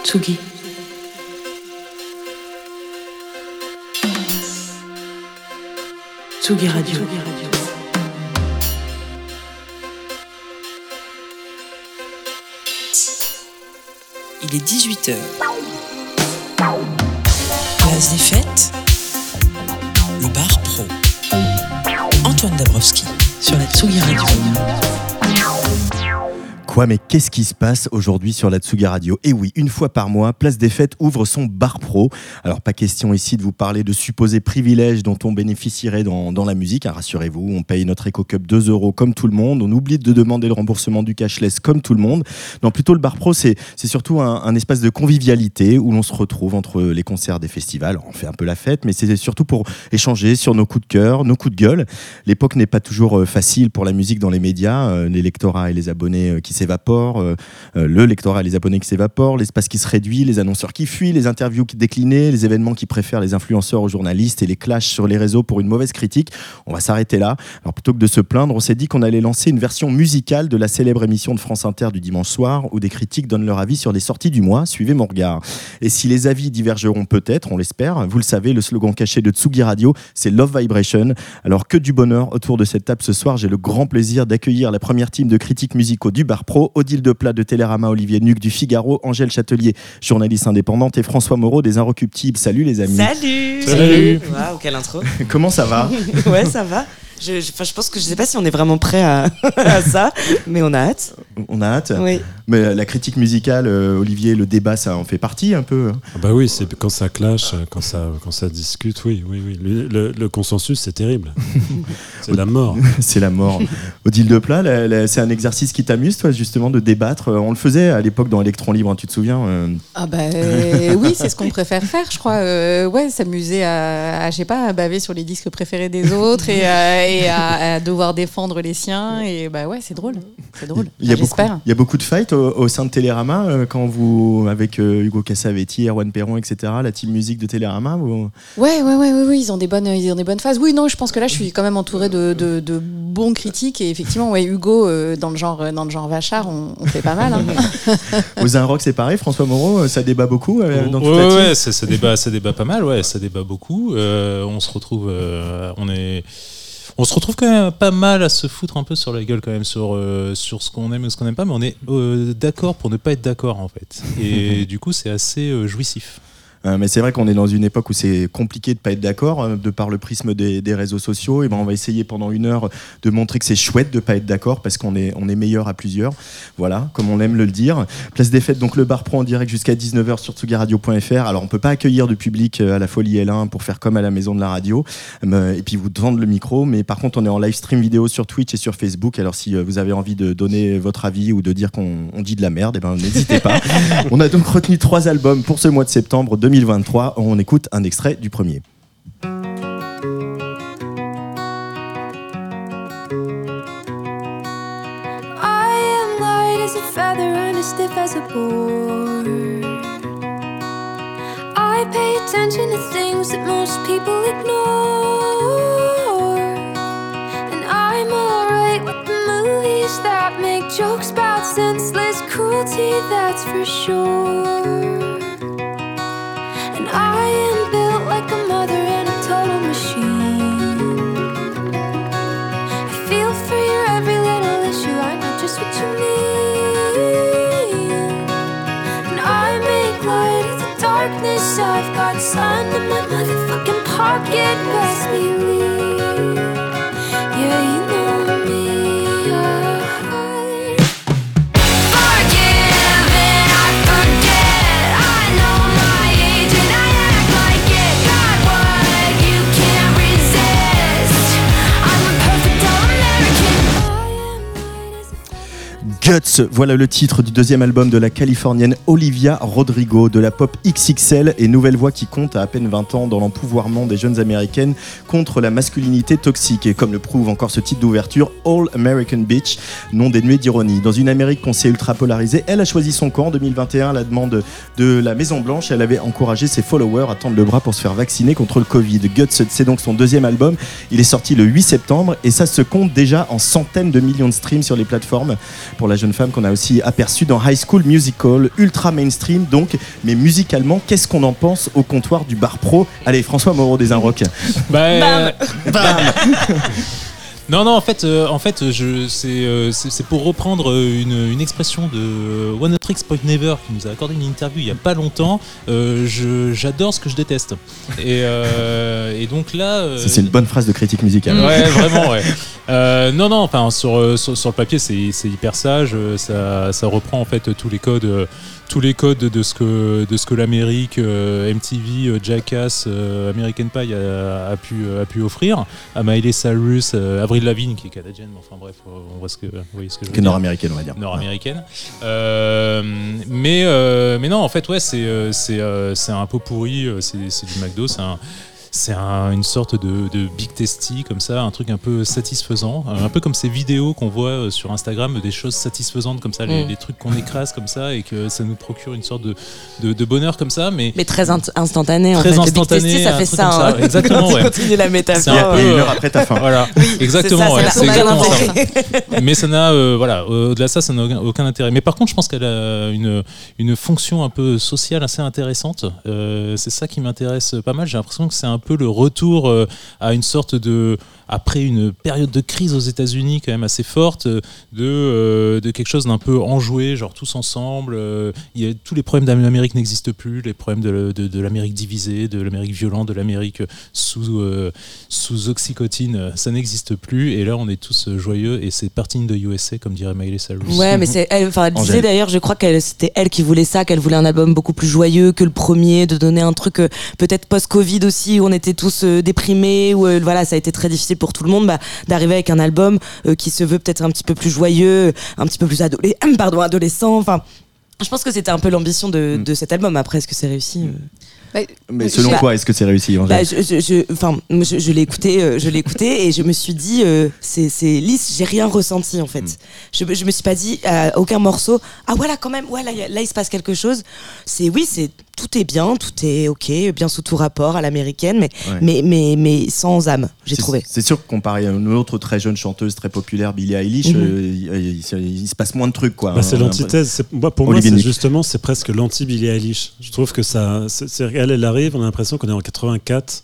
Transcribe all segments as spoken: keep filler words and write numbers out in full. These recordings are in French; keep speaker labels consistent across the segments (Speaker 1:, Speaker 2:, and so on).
Speaker 1: Tsugi. Tsugi Radio. Tsugi Radio.
Speaker 2: Il est dix-huit heures. Place des fêtes. Le bar pro. Antoine Dabrowski sur la Tsugi Radio.
Speaker 3: Quoi, mais qu'est-ce qui se passe aujourd'hui sur la Tsugi Radio ? Et oui, une fois par mois, Place des Fêtes ouvre son bar pro. Alors, pas question ici de vous parler de supposés privilèges dont on bénéficierait dans, dans la musique. Hein, rassurez-vous, on paye notre Eco-Cup deux euros comme tout le monde. On oublie de demander le remboursement du cashless comme tout le monde. Non, plutôt le bar pro, c'est, c'est surtout un, un espace de convivialité où l'on se retrouve entre les concerts des festivals. Alors, on fait un peu la fête, mais c'est surtout pour échanger sur nos coups de cœur, nos coups de gueule. L'époque n'est pas toujours facile pour la musique dans les médias. Euh, les lectorats et les abonnés qui s'évapent. Euh, euh, le lectorat et les abonnés qui s'évaporent, l'espace qui se réduit, les annonceurs qui fuient, les interviews qui déclinent, les événements qui préfèrent les influenceurs aux journalistes et les clashs sur les réseaux pour une mauvaise critique. On va s'arrêter là. Alors plutôt que de se plaindre, on s'est dit qu'on allait lancer une version musicale de la célèbre émission de France Inter du dimanche soir où des critiques donnent leur avis sur les sorties du mois. Suivez mon regard. Et si les avis divergeront peut-être, on l'espère, vous le savez, le slogan caché de Tsugi Radio, c'est Love Vibration. Alors que du bonheur autour de cette table ce soir, j'ai le grand plaisir d'accueillir la première team de critiques musicaux du bar pro, Odile Deplat de Télérama, Olivier Nuc du Figaro, Angèle Châtelier, journaliste indépendante, et François Moreau des Inrecuptibles. Salut les amis.
Speaker 4: Salut.
Speaker 3: Salut.
Speaker 4: Waouh, quelle intro.
Speaker 3: Comment ça va?
Speaker 4: Ouais, ça va. Je, je, je pense que je sais pas si on est vraiment prêt à, à ça, mais on a hâte.
Speaker 3: On a hâte.
Speaker 4: Oui.
Speaker 3: Mais la critique musicale, euh, Olivier, le débat, ça en fait partie un peu.
Speaker 5: Ah bah oui, c'est quand ça clash, quand ça, quand ça discute, oui, oui, oui. Le, le, le consensus, c'est terrible. C'est la mort.
Speaker 3: C'est la mort. Odile Deplat, la, la, c'est un exercice qui t'amuse, toi, justement, de débattre. On le faisait à l'époque dans Electron Libre, hein, tu te souviens euh...
Speaker 6: Ah bah euh, oui, c'est ce qu'on préfère faire, je crois. Euh, ouais, s'amuser à, à, je sais pas, à baver sur les disques préférés des autres et, à, et à, à devoir défendre les siens. Et bah ouais, c'est drôle. C'est drôle.
Speaker 3: Il y a
Speaker 6: enfin,
Speaker 3: beaucoup,
Speaker 6: j'espère.
Speaker 3: Il y a beaucoup de fights au, au sein de Télérama euh, quand vous, avec euh, Hugo Cassavetti, Erwan Perron, et cetera, la team musique de Télérama. Vous...
Speaker 6: Ouais, ouais, ouais, ouais, ouais, ils ont des bonnes, ils ont des bonnes phases. Oui, non, je pense que là, je suis quand même entourée de, de, de bons critiques et effectivement, ouais, Hugo, euh, dans le genre, dans le genre Vachard, on, on fait pas mal. Hein.
Speaker 3: Aux Inrock, c'est pareil. François Moreau, ça débat beaucoup euh, dans toute
Speaker 5: ouais,
Speaker 3: la team.
Speaker 5: Ouais, ça, ça débat, ça débat pas mal. Ouais, ça débat beaucoup. Euh, on se retrouve, euh, on est. On se retrouve quand même pas mal à se foutre un peu sur la gueule quand même sur, euh, sur ce qu'on aime et ce qu'on n'aime pas, mais on est euh, d'accord pour ne pas être d'accord en fait. Et du coup c'est assez euh, jouissif.
Speaker 3: Euh, mais c'est vrai qu'on est dans une époque où c'est compliqué de ne pas être d'accord, euh, de par le prisme des, des réseaux sociaux. Et ben on va essayer pendant une heure de montrer que c'est chouette de ne pas être d'accord parce qu'on est, on est meilleur à plusieurs. Voilà, comme on aime le dire. Place des Fêtes, donc le bar pro en direct jusqu'à dix-neuf heures sur tsugi radio point f r. Alors on ne peut pas accueillir du public à la Folie L un pour faire comme à la maison de la radio euh, et puis vous tendre le micro. Mais par contre, on est en live stream vidéo sur Twitch et sur Facebook. Alors si euh, vous avez envie de donner votre avis ou de dire qu'on on dit de la merde, et ben n'hésitez pas. On a donc retenu trois albums pour ce mois de septembre deux mille vingt-trois. On écoute un extrait du premier.
Speaker 7: I am light as a feather and as stiff as a board. I pay attention to things that most people ignore. And I'm alright with the movies that make jokes about senseless cruelty, that's for sure. I am built like a mother and a total machine. I feel for your every little issue, I know just what you mean. And I make light of the darkness, I've got sun in my motherfucking pocket, best believe. Yeah, you know me, I forgive and I forget. I know my age and I act like it. Got what you can't resist. I'm a perfect all-American.
Speaker 3: Guts, voilà le titre du deuxième album de la Californienne Olivia Rodrigo, de la pop X X L et nouvelle voix qui compte à à peine vingt ans dans l'empouvoirment des jeunes américaines contre la masculinité toxique. Et comme le prouve encore ce titre d'ouverture, All American Bitch, non dénué d'ironie. Dans une Amérique qu'on sait ultra polarisée, elle a choisi son camp en deux mille vingt et un à la demande de la Maison Blanche. Elle avait encouragé ses followers à tendre le bras pour se faire vacciner contre le Covid. Guts, c'est donc son deuxième album. Il est sorti le huit septembre et ça se compte déjà en centaines de millions de streams sur les plateformes. Pour la la jeune femme qu'on a aussi aperçue dans High School Musical, ultra mainstream donc, mais musicalement, qu'est-ce qu'on en pense au comptoir du bar pro? Allez, François Moreau des Inrocks.
Speaker 5: Bah, euh,
Speaker 3: Bam.
Speaker 5: Non, non, en fait, euh, en fait je, c'est, euh, c'est, c'est pour reprendre une, une expression de One Hot Tricks Point Never qui nous a accordé une interview il n'y a pas longtemps. Euh, je, j'adore ce que je déteste. Et, euh, et donc là. Euh,
Speaker 3: Ça, c'est une bonne phrase de critique musicale.
Speaker 5: Ouais, vraiment, ouais. Euh, non, non, enfin, sur, sur, sur le papier, c'est, c'est hyper sage. Ça, ça reprend en fait tous les codes. tous les codes de ce que, de ce que l'Amérique, euh, M T V, euh, Jackass, euh, American Pie a, a, pu, a pu offrir à Miley Cyrus, euh, Avril Lavigne qui est canadienne, mais enfin bref, on voit ce que, vous voyez ce que je veux
Speaker 3: Que
Speaker 5: dire.
Speaker 3: nord-américaine, on va dire.
Speaker 5: Nord-américaine. Euh, mais, euh, mais non, en fait, ouais, c'est, c'est, c'est un pot pourri, c'est, c'est du McDo, c'est un. C'est un, une sorte de, de Big Tasty comme ça, un truc un peu satisfaisant, un peu comme ces vidéos qu'on voit sur Instagram, des choses satisfaisantes comme ça, les,
Speaker 4: Mm.
Speaker 5: les trucs qu'on écrase comme ça et que ça nous procure une sorte de, de, de bonheur comme ça, mais,
Speaker 4: Mais très int- instantané, en
Speaker 5: Très
Speaker 4: fait.
Speaker 5: instantané,
Speaker 4: Le Big Tasty, ça
Speaker 5: un
Speaker 4: fait
Speaker 5: truc
Speaker 4: ça.
Speaker 5: comme ça.
Speaker 4: hein.
Speaker 5: Exactement,
Speaker 4: Quand tu
Speaker 5: ouais.
Speaker 4: continues la
Speaker 5: C'est
Speaker 4: métaphore.
Speaker 5: un
Speaker 3: Et
Speaker 5: peu,
Speaker 3: une
Speaker 5: euh,
Speaker 3: heure après ta faim.
Speaker 5: voilà, exactement, ouais,
Speaker 4: c'est
Speaker 5: c'est
Speaker 4: ça, ça n'a
Speaker 5: exactement
Speaker 4: aucun
Speaker 5: ça. Mais ça n'a, euh, voilà, au-delà de ça, ça n'a aucun, aucun intérêt. Mais par contre, je pense qu'elle a une, une fonction un peu sociale assez intéressante. Euh, c'est ça qui m'intéresse pas mal. J'ai l'impression que c'est un peu le retour euh, à une sorte de, après une période de crise aux États-Unis quand même assez forte, de, euh, de quelque chose d'un peu enjoué, genre tous ensemble. Euh, il y a, tous les problèmes de l'Amérique n'existent plus, les problèmes de, de, de l'Amérique divisée, de l'Amérique violente, de l'Amérique sous, euh, sous oxycotine, ça n'existe plus. Et là, on est tous joyeux et c'est parti de U S A, comme dirait Miley Cyrus.
Speaker 4: Ouais, mais c'est elle. Enfin, elle disait
Speaker 3: Angèle.
Speaker 4: d'ailleurs, je crois que c'était elle qui voulait ça, qu'elle voulait un album beaucoup plus joyeux que le premier, de donner un truc euh, peut-être post-Covid aussi, où on était tous euh, déprimés, où euh, voilà, ça a été très difficile pour tout le monde, bah, d'arriver avec un album euh, qui se veut peut-être un petit peu plus joyeux, un petit peu plus adole- pardon, adolescent. Enfin, je pense que c'était un peu l'ambition de, de cet album. Après, est-ce que c'est réussi euh
Speaker 6: Bah,
Speaker 3: Mais selon
Speaker 4: Bah,
Speaker 3: quoi est-ce que c'est réussi, Angèle?
Speaker 4: Bah, je, je, je, enfin, moi, je, je l'ai écouté, euh, je l'ai écouté et je me suis dit, euh, c'est, c'est lisse, j'ai rien ressenti en fait.
Speaker 3: Mm.
Speaker 4: Je, je me suis pas dit à aucun morceau, ah voilà quand même, ouais là, y a- là il se passe quelque chose. C'est oui, c'est tout est bien, tout est ok, bien sous tout rapport à l'américaine, mais
Speaker 3: Ouais.
Speaker 4: mais, mais mais sans âme, j'ai
Speaker 3: C'est-
Speaker 4: trouvé.
Speaker 3: C'est sûr que comparé à une autre très jeune chanteuse très populaire, Billie Eilish,
Speaker 4: Mhm.
Speaker 3: euh, il, il- il se passe moins de trucs, quoi.
Speaker 1: Bah, c'est
Speaker 3: On a
Speaker 1: l'antithèse. C'est- moi, pour
Speaker 3: Olivier
Speaker 1: moi, c'est
Speaker 3: Nick.
Speaker 1: justement, c'est presque l'anti-Billie Eilish. Je trouve que ça, c'est, c'est- elle, elle arrive, on a l'impression qu'on est en quatre-vingt-quatre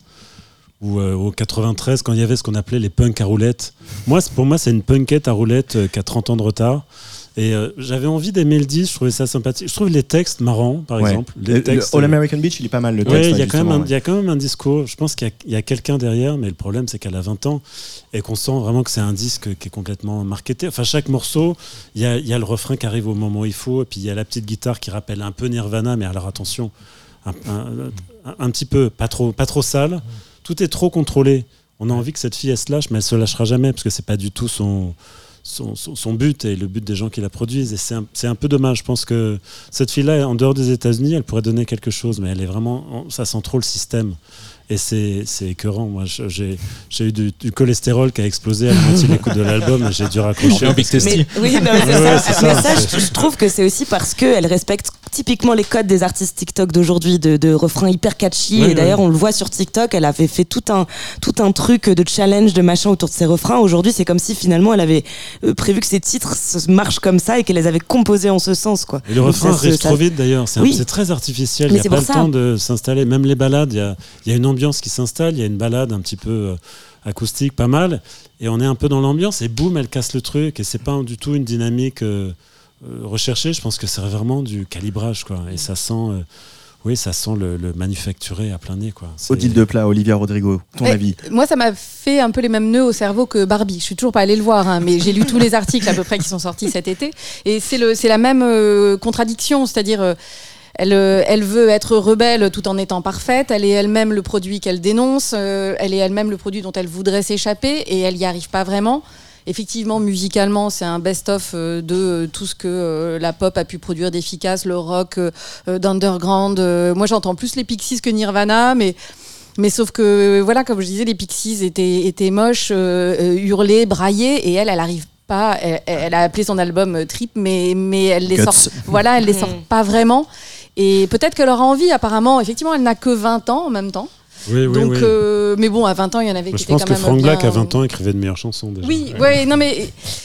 Speaker 1: ou euh, au quatre-vingt-treize quand il y avait ce qu'on appelait les punks à roulettes. Moi, c'est- pour moi, c'est une punkette à roulettes euh, qui a trente ans de retard. Et euh, j'avais envie d'aimer le disque, je trouvais ça sympathique. Je trouve les textes marrants, par
Speaker 3: Ouais.
Speaker 1: exemple.
Speaker 3: Le-
Speaker 1: Les
Speaker 3: le
Speaker 1: textes,
Speaker 3: All
Speaker 1: euh,
Speaker 3: American Beach, il est pas mal, le texte.
Speaker 1: Ouais, il y,
Speaker 3: là,
Speaker 1: a quand même un-
Speaker 3: justement,
Speaker 1: il y a quand même un discours. Je pense qu'il y a, il y a quelqu'un derrière, mais le problème, c'est qu'elle a vingt ans et qu'on sent vraiment que c'est un disque qui est complètement marketé. Enfin, chaque morceau, il y a, il y a le refrain qui arrive au moment où il faut, et puis il y a la petite guitare qui rappelle un peu Nirvana, mais alors attention, un, un- un- un petit peu, pas trop, pas trop sale. Tout est trop contrôlé. On a envie que cette fille, elle se lâche, mais elle se lâchera jamais, parce que c'est pas du tout son... Son, son, son but et le but des gens qui la produisent, et c'est un, c'est un peu dommage. Je pense que cette fille-là, en dehors des États-Unis, elle pourrait donner quelque chose, mais elle est vraiment, ça sent trop le système et c'est, c'est écœurant. Moi, je- j'ai, j'ai eu du, du cholestérol qui a explosé à la moitié de l'écoute de l'album et j'ai dû raccrocher.
Speaker 5: Big Tasty.
Speaker 4: Mais, oui, non, c'est
Speaker 1: Ouais,
Speaker 4: ça.
Speaker 1: c'est ça,
Speaker 4: Mais ça,
Speaker 1: c'est-
Speaker 4: je, je trouve que c'est aussi parce qu'elle respecte typiquement les codes des artistes TikTok d'aujourd'hui, de, de refrains hyper catchy.
Speaker 1: Ouais,
Speaker 4: et d'ailleurs,
Speaker 1: ouais.
Speaker 4: on le voit sur TikTok, elle avait fait tout un, tout un truc de challenge, de machin autour de ses refrains. Aujourd'hui, c'est comme si finalement elle avait euh, prévu que ses titres se- marchent comme ça et qu'elle les avait composés en ce sens, quoi.
Speaker 1: Et le
Speaker 4: Donc
Speaker 1: refrain
Speaker 4: ça se-
Speaker 1: arrive
Speaker 4: ça-
Speaker 1: trop vite d'ailleurs, c'est, un-
Speaker 4: Oui.
Speaker 1: c'est très artificiel, il
Speaker 4: Mais
Speaker 1: n'y a
Speaker 4: c'est
Speaker 1: pas
Speaker 4: pour
Speaker 1: le
Speaker 4: ça.
Speaker 1: temps de s'installer. Même les balades, il y a, il y a une ambiance qui s'installe, il y a une balade un petit peu euh, acoustique, pas mal, et on est un peu dans l'ambiance et boum, elle casse le truc et c'est pas du tout une dynamique euh, euh, recherchée. Je pense que c'est vraiment du calibrage, quoi, et ça sent, euh, oui, ça sent le, le manufacturé à plein nez, quoi. C'est-
Speaker 3: Odile Deplat, Olivia Rodrigo, ton
Speaker 6: Ouais,
Speaker 3: avis?
Speaker 6: Moi, ça m'a fait un peu les mêmes nœuds au cerveau que Barbie. Je suis toujours pas allée le voir, hein, mais j'ai lu tous les articles à peu près qui sont sortis cet été. Et c'est, le, c'est la même euh, contradiction, c'est-à-dire... euh, Elle, euh, elle veut être rebelle tout en étant parfaite. Elle est elle-même le produit qu'elle dénonce. euh, elle est elle-même le produit dont elle voudrait s'échapper et elle n'y arrive pas vraiment. Effectivement, musicalement, c'est un best-of euh, de euh, tout ce que euh, la pop a pu produire d'efficace, le rock euh, euh, d'underground. euh. Moi, j'entends plus les Pixies que Nirvana, mais... Mais sauf que, voilà, comme je disais, les Pixies étaient, étaient moches, euh, euh, hurlés, braillés, et elle, elle arrive pas. Elle, elle a appelé son album euh, Trip, mais, mais elle les
Speaker 3: Guts.
Speaker 6: sort. Voilà, elle les sort pas vraiment. Et peut-être qu'elle aura envie, apparemment. Effectivement, elle n'a que vingt ans en même temps.
Speaker 1: Oui, oui,
Speaker 6: Donc,
Speaker 1: oui.
Speaker 6: euh, mais bon, à vingt ans, il y en avait
Speaker 1: Moi,
Speaker 6: qui
Speaker 1: je
Speaker 6: étaient
Speaker 1: pense
Speaker 6: quand
Speaker 1: que
Speaker 6: même
Speaker 1: Frank
Speaker 6: bien-
Speaker 1: Black, à vingt ans, écrivait de meilleures chansons déjà.
Speaker 6: Oui,
Speaker 1: Ouais.
Speaker 6: ouais, non mais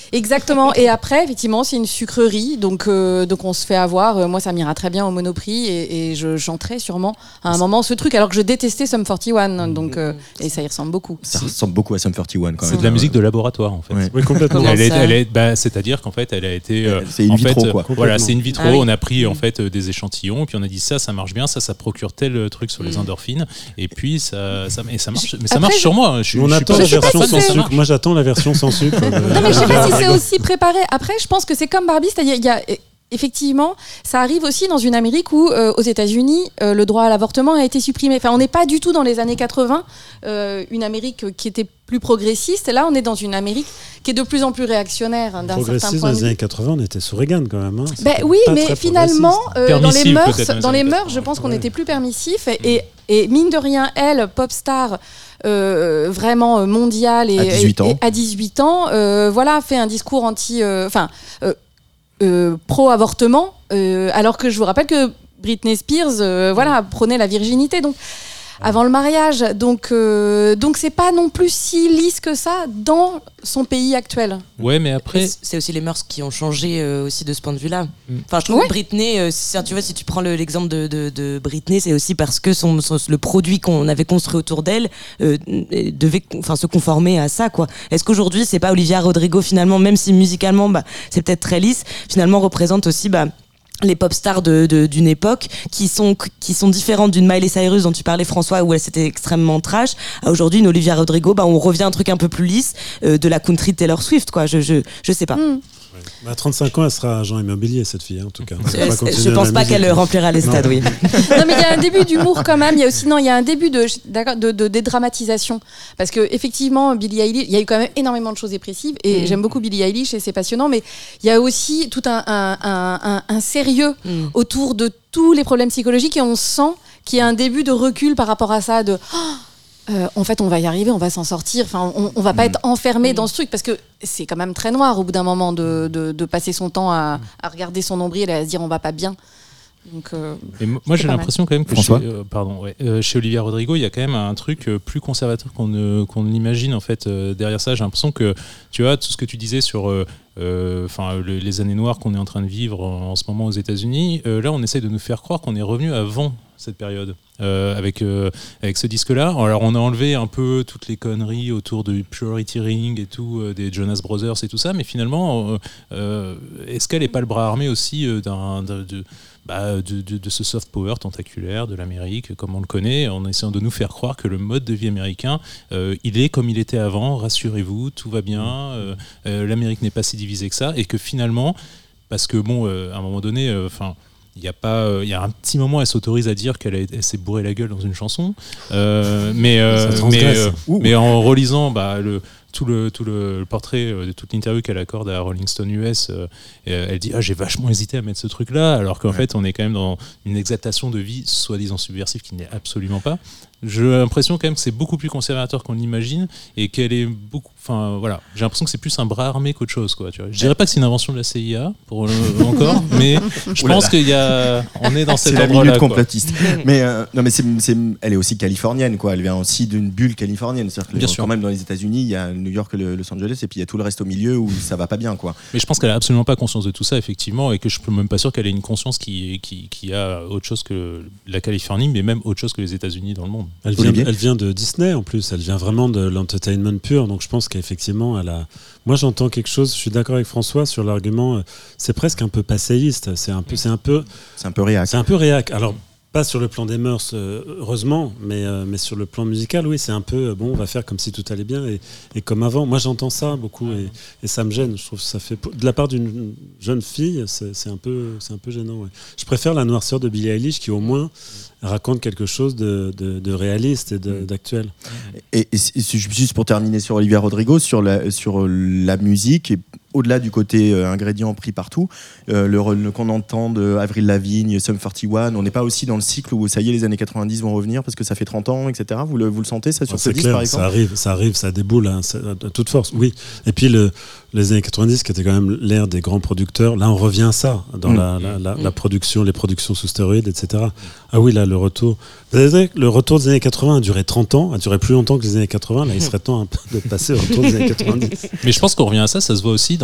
Speaker 6: Exactement. Et après, effectivement, c'est une sucrerie, donc euh, donc on se fait avoir. Euh, moi, ça m'ira très bien au Monoprix et, et je chanterai sûrement à un moment ce truc, alors que je détestais Sum forty one, donc euh, et ça y ressemble beaucoup.
Speaker 3: Ça ressemble beaucoup à Sum forty one quand même.
Speaker 5: C'est de la musique de laboratoire en fait.
Speaker 3: Ouais.
Speaker 1: Oui, complètement.
Speaker 4: Comment
Speaker 5: Elle est,
Speaker 4: ça
Speaker 5: elle est, bah, c'est-à-dire qu'en fait, elle a été. euh,
Speaker 3: C'est une
Speaker 5: en
Speaker 3: vitro,
Speaker 5: fait,
Speaker 3: quoi.
Speaker 5: euh, Voilà, c'est une vitro.
Speaker 4: Ah oui.
Speaker 5: On a pris en fait euh, des échantillons, puis on a dit ça, ça marche bien, ça, ça procure tel truc sur les
Speaker 4: Mm.
Speaker 5: endorphines, et puis ça, ça, et ça marche. Mais ça
Speaker 6: Après,
Speaker 5: marche
Speaker 6: je-
Speaker 5: sur moi. Je, suis-
Speaker 1: On
Speaker 5: je suis
Speaker 1: attend
Speaker 5: pas-
Speaker 1: la
Speaker 5: je suis pas
Speaker 1: version
Speaker 5: fan,
Speaker 1: sans
Speaker 5: mais ça
Speaker 1: sucre.
Speaker 5: marche.
Speaker 1: Moi, j'attends la version sans sucre. de-
Speaker 6: Non, mais je sais
Speaker 1: de
Speaker 6: pas si c'est
Speaker 1: Rodrigo.
Speaker 6: aussi préparé. Après, je pense que c'est comme Barbie, c'est-à-dire il y a effectivement, ça arrive aussi dans une Amérique où, euh, aux États-Unis, euh, le droit à l'avortement a été supprimé. Enfin, on n'est pas du tout dans les années quatre-vingts, euh, une Amérique qui était plus progressiste. Là, on est dans une Amérique qui est de plus en plus réactionnaire hein, d'un certain
Speaker 1: Progressiste
Speaker 6: point
Speaker 1: dans
Speaker 6: de
Speaker 1: les
Speaker 6: vue.
Speaker 1: années quatre-vingts, on était sous Reagan quand même. Hein.
Speaker 6: Ben
Speaker 1: C'était
Speaker 6: oui,
Speaker 1: pas
Speaker 6: mais
Speaker 1: très
Speaker 6: finalement,
Speaker 1: progressiste.
Speaker 6: euh, dans les
Speaker 5: Permissif,
Speaker 6: mœurs,
Speaker 5: peut-être, dans
Speaker 6: dans
Speaker 5: les
Speaker 6: les
Speaker 5: années
Speaker 6: mœurs,
Speaker 5: quatre-vingts,
Speaker 6: je pense qu'on
Speaker 1: ouais.
Speaker 6: était plus permissif. Et, et, et mine de rien, elle, pop star, euh, vraiment euh, mondiale et
Speaker 3: À dix-huit
Speaker 6: et-
Speaker 3: ans.
Speaker 6: et à dix-huit ans, euh, voilà, fait un discours anti, euh, enfin, euh, euh, pro-avortement, euh, alors que je vous rappelle que Britney Spears, euh, voilà, prônait la virginité. Donc. Avant le mariage, donc euh, donc c'est pas non plus si lisse que ça dans son pays actuel.
Speaker 5: Ouais, mais après.
Speaker 4: Mais c'est aussi les mœurs qui ont changé euh, aussi de ce point de vue-là.
Speaker 5: Mm.
Speaker 4: Enfin, je trouve
Speaker 6: Ouais.
Speaker 4: que Britney, euh, si, tu vois, si tu prends le- l'exemple de, de, de Britney, c'est aussi parce que son, son- le produit qu'on avait construit autour d'elle euh, devait, enfin, se conformer à ça, quoi. Est-ce qu'aujourd'hui, c'est pas Olivia Rodrigo finalement, même si musicalement, bah, c'est peut-être très lisse, finalement représente aussi, bah, les pop stars de, de- d'une époque qui sont, qui sont différentes d'une Miley Cyrus dont tu parlais François où elle c'était extrêmement trash à aujourd'hui une Olivia Rodrigo, bah on revient à un truc un peu plus lisse euh, de la country de Taylor Swift, quoi. Je, je, je sais pas.
Speaker 6: Mm.
Speaker 1: À trente-cinq ans, elle sera agent immobilier, cette fille, hein, en tout cas. Elle
Speaker 4: Euh,
Speaker 1: va continuer
Speaker 4: je
Speaker 1: dans
Speaker 4: pense
Speaker 1: la
Speaker 4: pas
Speaker 1: musique.
Speaker 4: qu'elle remplira les stades,
Speaker 1: Non.
Speaker 4: oui.
Speaker 6: Non, mais il y a un début d'humour quand même. Il y a aussi non, il y a un début de d'accord, de, de dédramatisation parce que effectivement, Billie Eilish, il y a eu quand même énormément de choses dépressives et
Speaker 4: Mm.
Speaker 6: j'aime beaucoup Billie Eilish et c'est passionnant. Mais il y a aussi tout un, un, un, un- un sérieux
Speaker 4: Mm.
Speaker 6: autour de tous les problèmes psychologiques et on sent qu'il y a un début de recul par rapport à ça. De oh, euh, en fait, on va y arriver, on va s'en sortir. Enfin, on, on va pas être enfermé dans ce truc parce que c'est quand même très noir au bout d'un moment de, de, de passer son temps à, à regarder son nombril et à se dire on va pas bien. Donc, euh,
Speaker 5: Et mo- moi,
Speaker 6: C'est
Speaker 5: j'ai
Speaker 6: pas
Speaker 5: l'impression quand même que chez,
Speaker 3: François
Speaker 5: euh, pardon, ouais, euh, chez Olivia Rodrigo, il y a quand même un truc euh, plus conservateur qu'on ne, qu'on l'imagine en fait euh, derrière ça. J'ai l'impression que tu vois tout ce que tu disais sur euh, euh, enfin le- les années noires qu'on est en train de vivre en, en ce moment aux États-Unis. Euh, là, on essaie de nous faire croire qu'on est revenu avant cette période euh, avec euh, avec ce disque-là. Alors, on a enlevé un peu toutes les conneries autour du Purity Ring et tout euh, des Jonas Brothers et tout ça, mais finalement, euh, euh, est-ce qu'elle n'est pas le bras armé aussi euh, d'un de, de Bah, de, de, de ce soft power tentaculaire de l'Amérique, comme on le connaît, en essayant de nous faire croire que le mode de vie américain, euh, il est comme il était avant, rassurez-vous, tout va bien, euh, euh, l'Amérique n'est pas si divisée que ça, et que finalement, parce que bon, euh, à un moment donné, enfin. Il y a pas, euh, il y a un petit moment, elle s'autorise à dire qu'elle a- elle s'est bourré la gueule dans une chanson, euh, mais, euh,
Speaker 1: Ça
Speaker 5: mais,
Speaker 1: transgresse.
Speaker 5: euh,
Speaker 3: Ouh.
Speaker 5: mais en relisant bah, le, tout le tout le, le portrait euh, de toute l'interview qu'elle accorde à Rolling Stone U S, euh, et, euh, elle dit ah j'ai vachement hésité à mettre ce truc là, alors qu'en
Speaker 3: Ouais.
Speaker 5: fait on est quand même dans une exaltation de vie soi-disant subversive qui n'est absolument pas. J'ai l'impression quand même que c'est beaucoup plus conservateur qu'on l'imagine et qu'elle est beaucoup. Enfin voilà, j'ai l'impression que c'est plus un bras armé qu'autre chose quoi. Tu vois. Je dirais pas que c'est une invention de la C I A pour euh, encore, mais je
Speaker 3: Ouh là
Speaker 5: pense
Speaker 3: là.
Speaker 5: qu'il y a, on est dans
Speaker 3: C'est
Speaker 5: cet
Speaker 3: la
Speaker 5: endroit
Speaker 3: minute
Speaker 5: là.
Speaker 3: complotiste. mais euh, non, mais c'est, c'est- elle est aussi californienne, quoi. Elle vient aussi d'une bulle californienne. C'est-à-dire que
Speaker 5: Bien
Speaker 3: quand
Speaker 5: sûr.
Speaker 3: même dans les États-Unis, il y a New York, le Los Angeles, et puis il y a tout le reste au milieu où ça va pas bien, quoi.
Speaker 5: Mais je pense qu'elle a absolument pas conscience de tout ça, effectivement, et que je suis même pas sûr qu'elle ait une conscience qui, qui, qui a autre chose que la Californie, mais même autre chose que les États-Unis dans le monde.
Speaker 1: Elle vient,
Speaker 3: Olivier
Speaker 1: elle vient de Disney en plus, elle vient vraiment de l'entertainment pur, donc je pense qu'effectivement elle a... Moi j'entends quelque chose, je suis d'accord avec François sur l'argument, euh, c'est presque un peu passéiste, c'est un peu, c'est un peu,
Speaker 3: C'est un peu réac.
Speaker 1: c'est un peu réac. Alors pas sur le plan des mœurs, euh, heureusement, mais, euh, mais sur le plan musical, oui, c'est un peu, euh, bon, on va faire comme si tout allait bien et, et comme avant. Moi j'entends ça beaucoup et, et ça me gêne, je trouve que ça fait... De la part d'une jeune fille, c'est c'est un peu, c'est un peu gênant, ouais. Je préfère la noirceur de Billie Eilish qui au moins raconte quelque chose de, de, de réaliste et de- d'actuel.
Speaker 3: Et, et c'est- c'est juste pour terminer sur Olivia Rodrigo, sur la, sur la musique, et au-delà du côté euh, ingrédient pris partout, euh, le, le- qu'on entend de Avril Lavigne, Sum forty one, on n'est pas aussi dans le cycle où ça y est, les années quatre-vingt-dix vont revenir parce que ça fait trente ans, et cetera. Vous le, vous le sentez ça sur
Speaker 1: Ouais,
Speaker 3: ce
Speaker 1: c'est
Speaker 3: disque
Speaker 1: clair,
Speaker 3: par
Speaker 1: ça
Speaker 3: exemple?
Speaker 1: arrive, ça arrive, ça déboule hein, ça- à toute force. Oui. Et puis le, les années quatre-vingt-dix, qui était quand même l'ère des grands producteurs, là on revient à ça dans
Speaker 3: Mm.
Speaker 1: la, la, la, la production, les productions sous stéroïdes, et cetera. Ah oui, là le retour. Vous savez que le retour des années quatre-vingts a duré trente ans, a duré plus longtemps que les années quatre-vingts. Là, il serait temps un peu de passer au retour des années quatre-vingt-dix.
Speaker 5: Mais je pense qu'on revient à ça, ça se voit aussi dans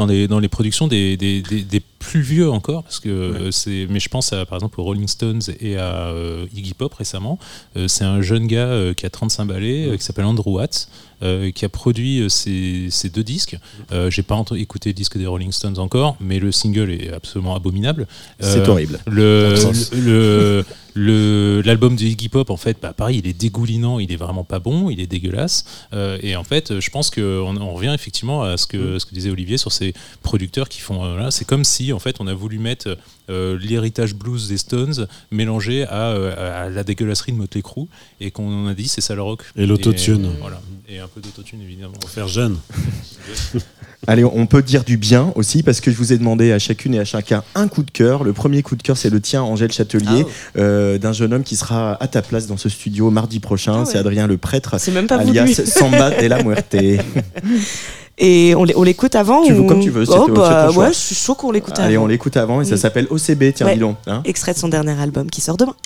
Speaker 5: dans les, dans les productions des, des, des, des plus vieux encore, parce que ouais. c'est, mais je pense à, par exemple aux Rolling Stones et à euh, Iggy Pop récemment. Euh, c'est un jeune gars euh, qui a trente-cinq balais, euh, qui s'appelle Andrew Watts, euh, qui a produit euh, ces, ces deux disques. Euh, j'ai pas ent- écouté le disque des Rolling Stones encore, mais le single est absolument abominable.
Speaker 3: Euh, c'est horrible.
Speaker 5: Le, le, le, le, l'album de Iggy Pop, en fait, bah, pareil, il est dégoulinant, il est vraiment pas bon, il est dégueulasse. Euh, et en fait, je pense qu'on on revient effectivement à ce que, ce que disait Olivier sur ces producteurs qui font. Euh, là, c'est comme si, en fait, on a voulu mettre euh, l'héritage blues des Stones mélangé à, euh, à la dégueulasserie de Motley Crue et qu'on a dit c'est ça le rock.
Speaker 1: Et l'autotune.
Speaker 5: Et, voilà. Et un peu d'autotune, évidemment.
Speaker 1: Pour faire jeune.
Speaker 3: Allez, on peut dire du bien aussi, parce que je vous ai demandé à chacune et à chacun un coup de cœur. Le premier coup de cœur, c'est le tien, Angèle Châtelier, ah, euh, d'un jeune homme qui sera à ta place dans ce studio mardi prochain. Ah, ouais. C'est Adrien Le Prêtre,
Speaker 4: c'est même pas
Speaker 3: alias Samba de la Muerte.
Speaker 4: Et on, on l'écoute avant
Speaker 3: Tu
Speaker 4: ou...
Speaker 3: veux comme tu veux, c'est,
Speaker 4: oh,
Speaker 3: c'est
Speaker 4: bah,
Speaker 3: ton choix.
Speaker 4: Ouais, je suis chaud qu'on l'écoute
Speaker 3: Allez,
Speaker 4: avant.
Speaker 3: on l'écoute avant et ça
Speaker 4: oui.
Speaker 3: s'appelle O C B, tiens,
Speaker 4: ouais.
Speaker 3: dis donc. Hein.
Speaker 4: Extrait de son dernier album qui sort demain.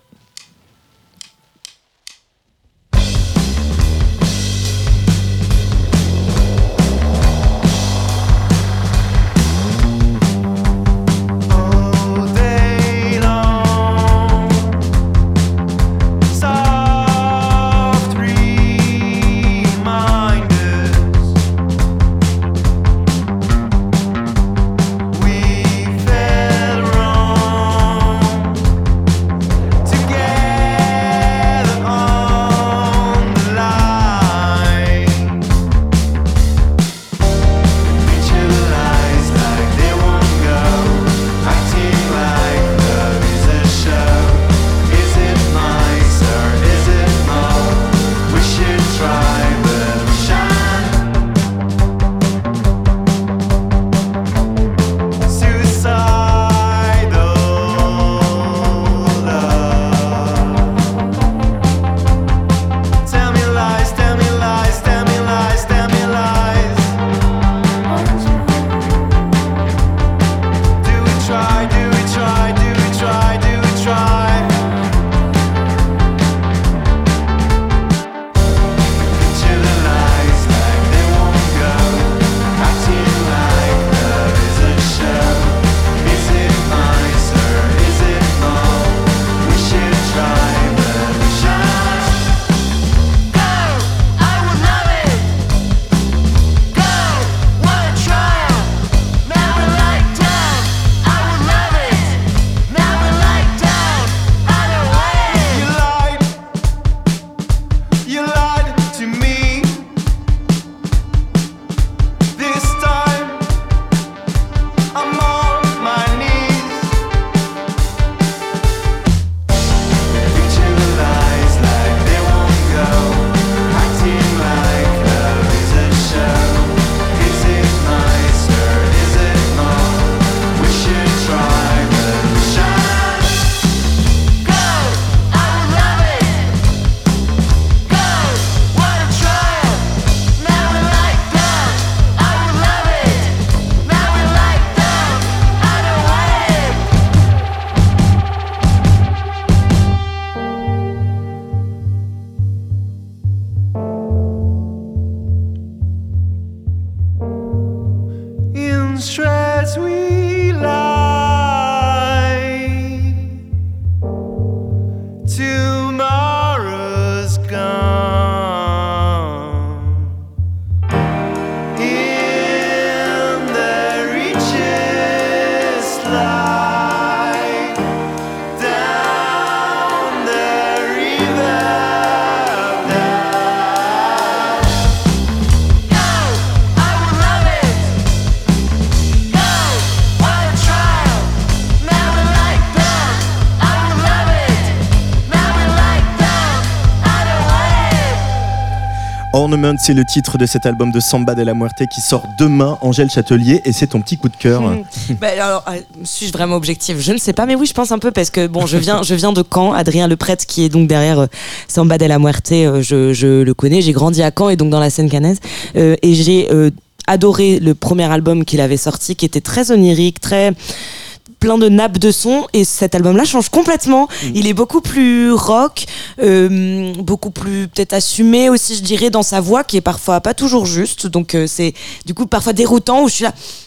Speaker 3: Ornament, c'est le titre de cet album de Samba de la Muerte qui sort demain, Angèle Châtelier, et c'est ton petit coup de cœur.
Speaker 4: Mmh. Bah alors, euh, suis-je vraiment objective ? Je ne sais pas, mais oui, je pense un peu parce que bon, je viens, je viens de Caen. Adrien Le Prêtre, qui est donc derrière euh, Samba de la Muerte, euh, je, je le connais. J'ai grandi à Caen et donc dans la Seine caennaise, euh, et j'ai euh, adoré le premier album qu'il avait sorti, qui était très onirique, très plein de nappes de son, et cet album-là change complètement. Mmh. Il est beaucoup plus rock, euh, beaucoup plus peut-être assumé aussi, je dirais, dans sa voix, qui est parfois pas toujours juste. Donc euh, c'est du coup parfois déroutant, où je suis là,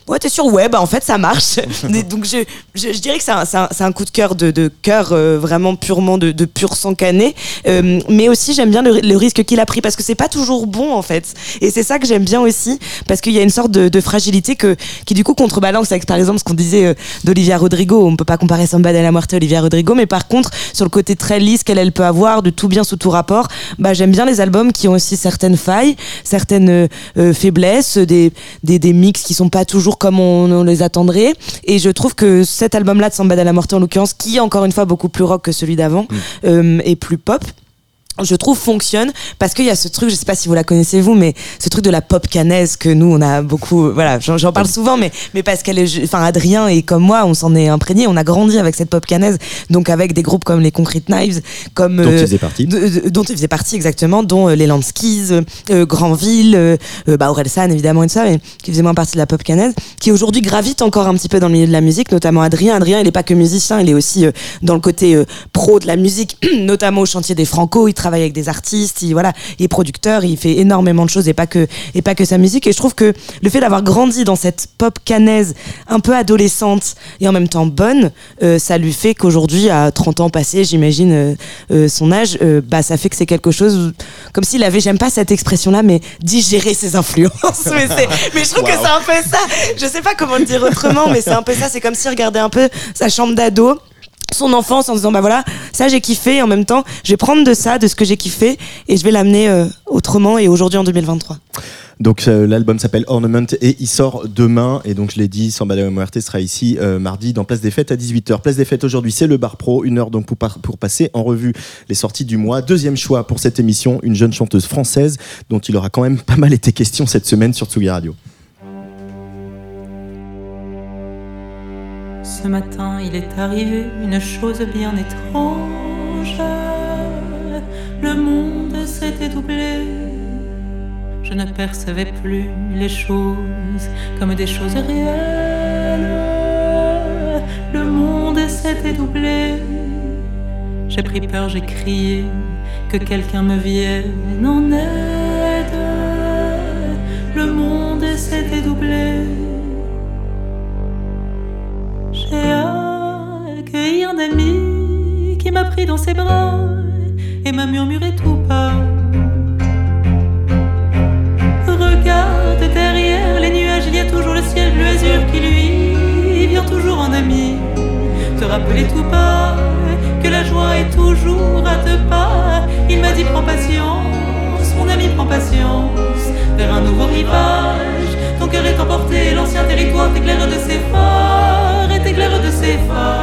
Speaker 4: ouais, t'es sur ouais, bah en fait ça marche. Donc je, je, je dirais que c'est un, c'est un, c'est un coup de cœur de, de cœur euh, vraiment purement de, de pur sang cané. Euh, mais aussi j'aime bien le, le risque qu'il a pris parce que c'est pas toujours bon en fait. Et c'est ça que j'aime bien aussi parce qu'il y a une sorte de, de fragilité que, qui du coup contrebalance avec par exemple ce qu'on disait euh, d'Olivia Rodrigo. On peut pas comparer Samba de la Muerte à Olivia Rodrigo, mais par contre sur le côté très lisse qu'elle elle peut avoir de tout bien sous tout rapport, bah j'aime bien les albums qui ont aussi certaines failles, certaines euh, faiblesses, des, des, des mix qui sont pas toujours comme on, on les attendrait. Et je trouve que cet album-là de Samba de la Muerte, en l'occurrence, qui est encore une fois beaucoup plus rock que celui d'avant, mmh. euh, et plus pop, je trouve fonctionne parce qu'il y a ce truc, je sais pas si vous la connaissez vous, mais ce truc de la pop canaise que nous on a beaucoup, voilà, j'en, j'en parle souvent, mais mais parce qu'elle est, enfin Adrien et comme moi, on s'en est imprégné, on a grandi avec cette pop canaise, donc avec des groupes comme les Concrete Knives, comme
Speaker 3: dont euh, il faisait partie,
Speaker 4: de, de, dont il faisait partie exactement, dont euh, les Landskis, euh, Granville, euh, bah Orelsan évidemment et tout ça, mais qui faisait moins partie de la pop canaise, qui aujourd'hui gravite encore un petit peu dans le milieu de la musique, notamment Adrien. Adrien, il est pas que musicien, il est aussi euh, dans le côté euh, pro de la musique, notamment au chantier des Franco. Il travaille avec des artistes, il, voilà, il est producteur, il fait énormément de choses et pas que, et pas que sa musique. Et je trouve que le fait d'avoir grandi dans cette pop canaise un peu adolescente et en même temps bonne, euh, ça lui fait qu'aujourd'hui, à trente ans passés, j'imagine euh, euh, son âge, euh, bah, ça fait que c'est quelque chose comme s'il avait, j'aime pas cette expression-là, mais digérer ses influences. mais, c'est, mais je trouve wow. que c'est un peu ça. Je sais pas comment le dire autrement, mais c'est un peu ça. C'est comme s'il regardait un peu sa chambre d'ado, son enfance, en disant bah voilà, ça j'ai kiffé, et en même temps je vais prendre de ça, de ce que j'ai kiffé, et je vais l'amener euh, autrement, et aujourd'hui en deux mille vingt-trois.
Speaker 3: Donc euh, l'album s'appelle Ornament et il sort demain, et donc je l'ai dit, Samba de la Muerte sera ici euh, mardi dans Place des Fêtes à dix-huit heures. Place des Fêtes aujourd'hui, c'est le Bar Pro, une heure donc pour, par- pour passer en revue les sorties du mois. Deuxième choix pour cette émission, une jeune chanteuse française dont il aura quand même pas mal été question cette semaine sur Tsugi Radio.
Speaker 8: Ce matin, il est arrivé une chose bien étrange. Le monde s'était doublé. Je ne percevais plus les choses comme des choses réelles. Le monde s'était doublé. J'ai pris peur, j'ai crié que quelqu'un me vienne en aide. Le monde s'était doublé. J'ai accueilli un ami qui m'a pris dans ses bras et m'a murmuré tout bas. Regarde derrière les nuages, il y a toujours le ciel bleu azur qui lui vient toujours en ami. Te rappeler tout bas que la joie est toujours à deux pas. Il m'a dit prends patience, mon ami prends patience, vers un nouveau rivage. Ton cœur est emporté, l'ancien territoire t'éclaire de ses phares, et t'éclaire de ses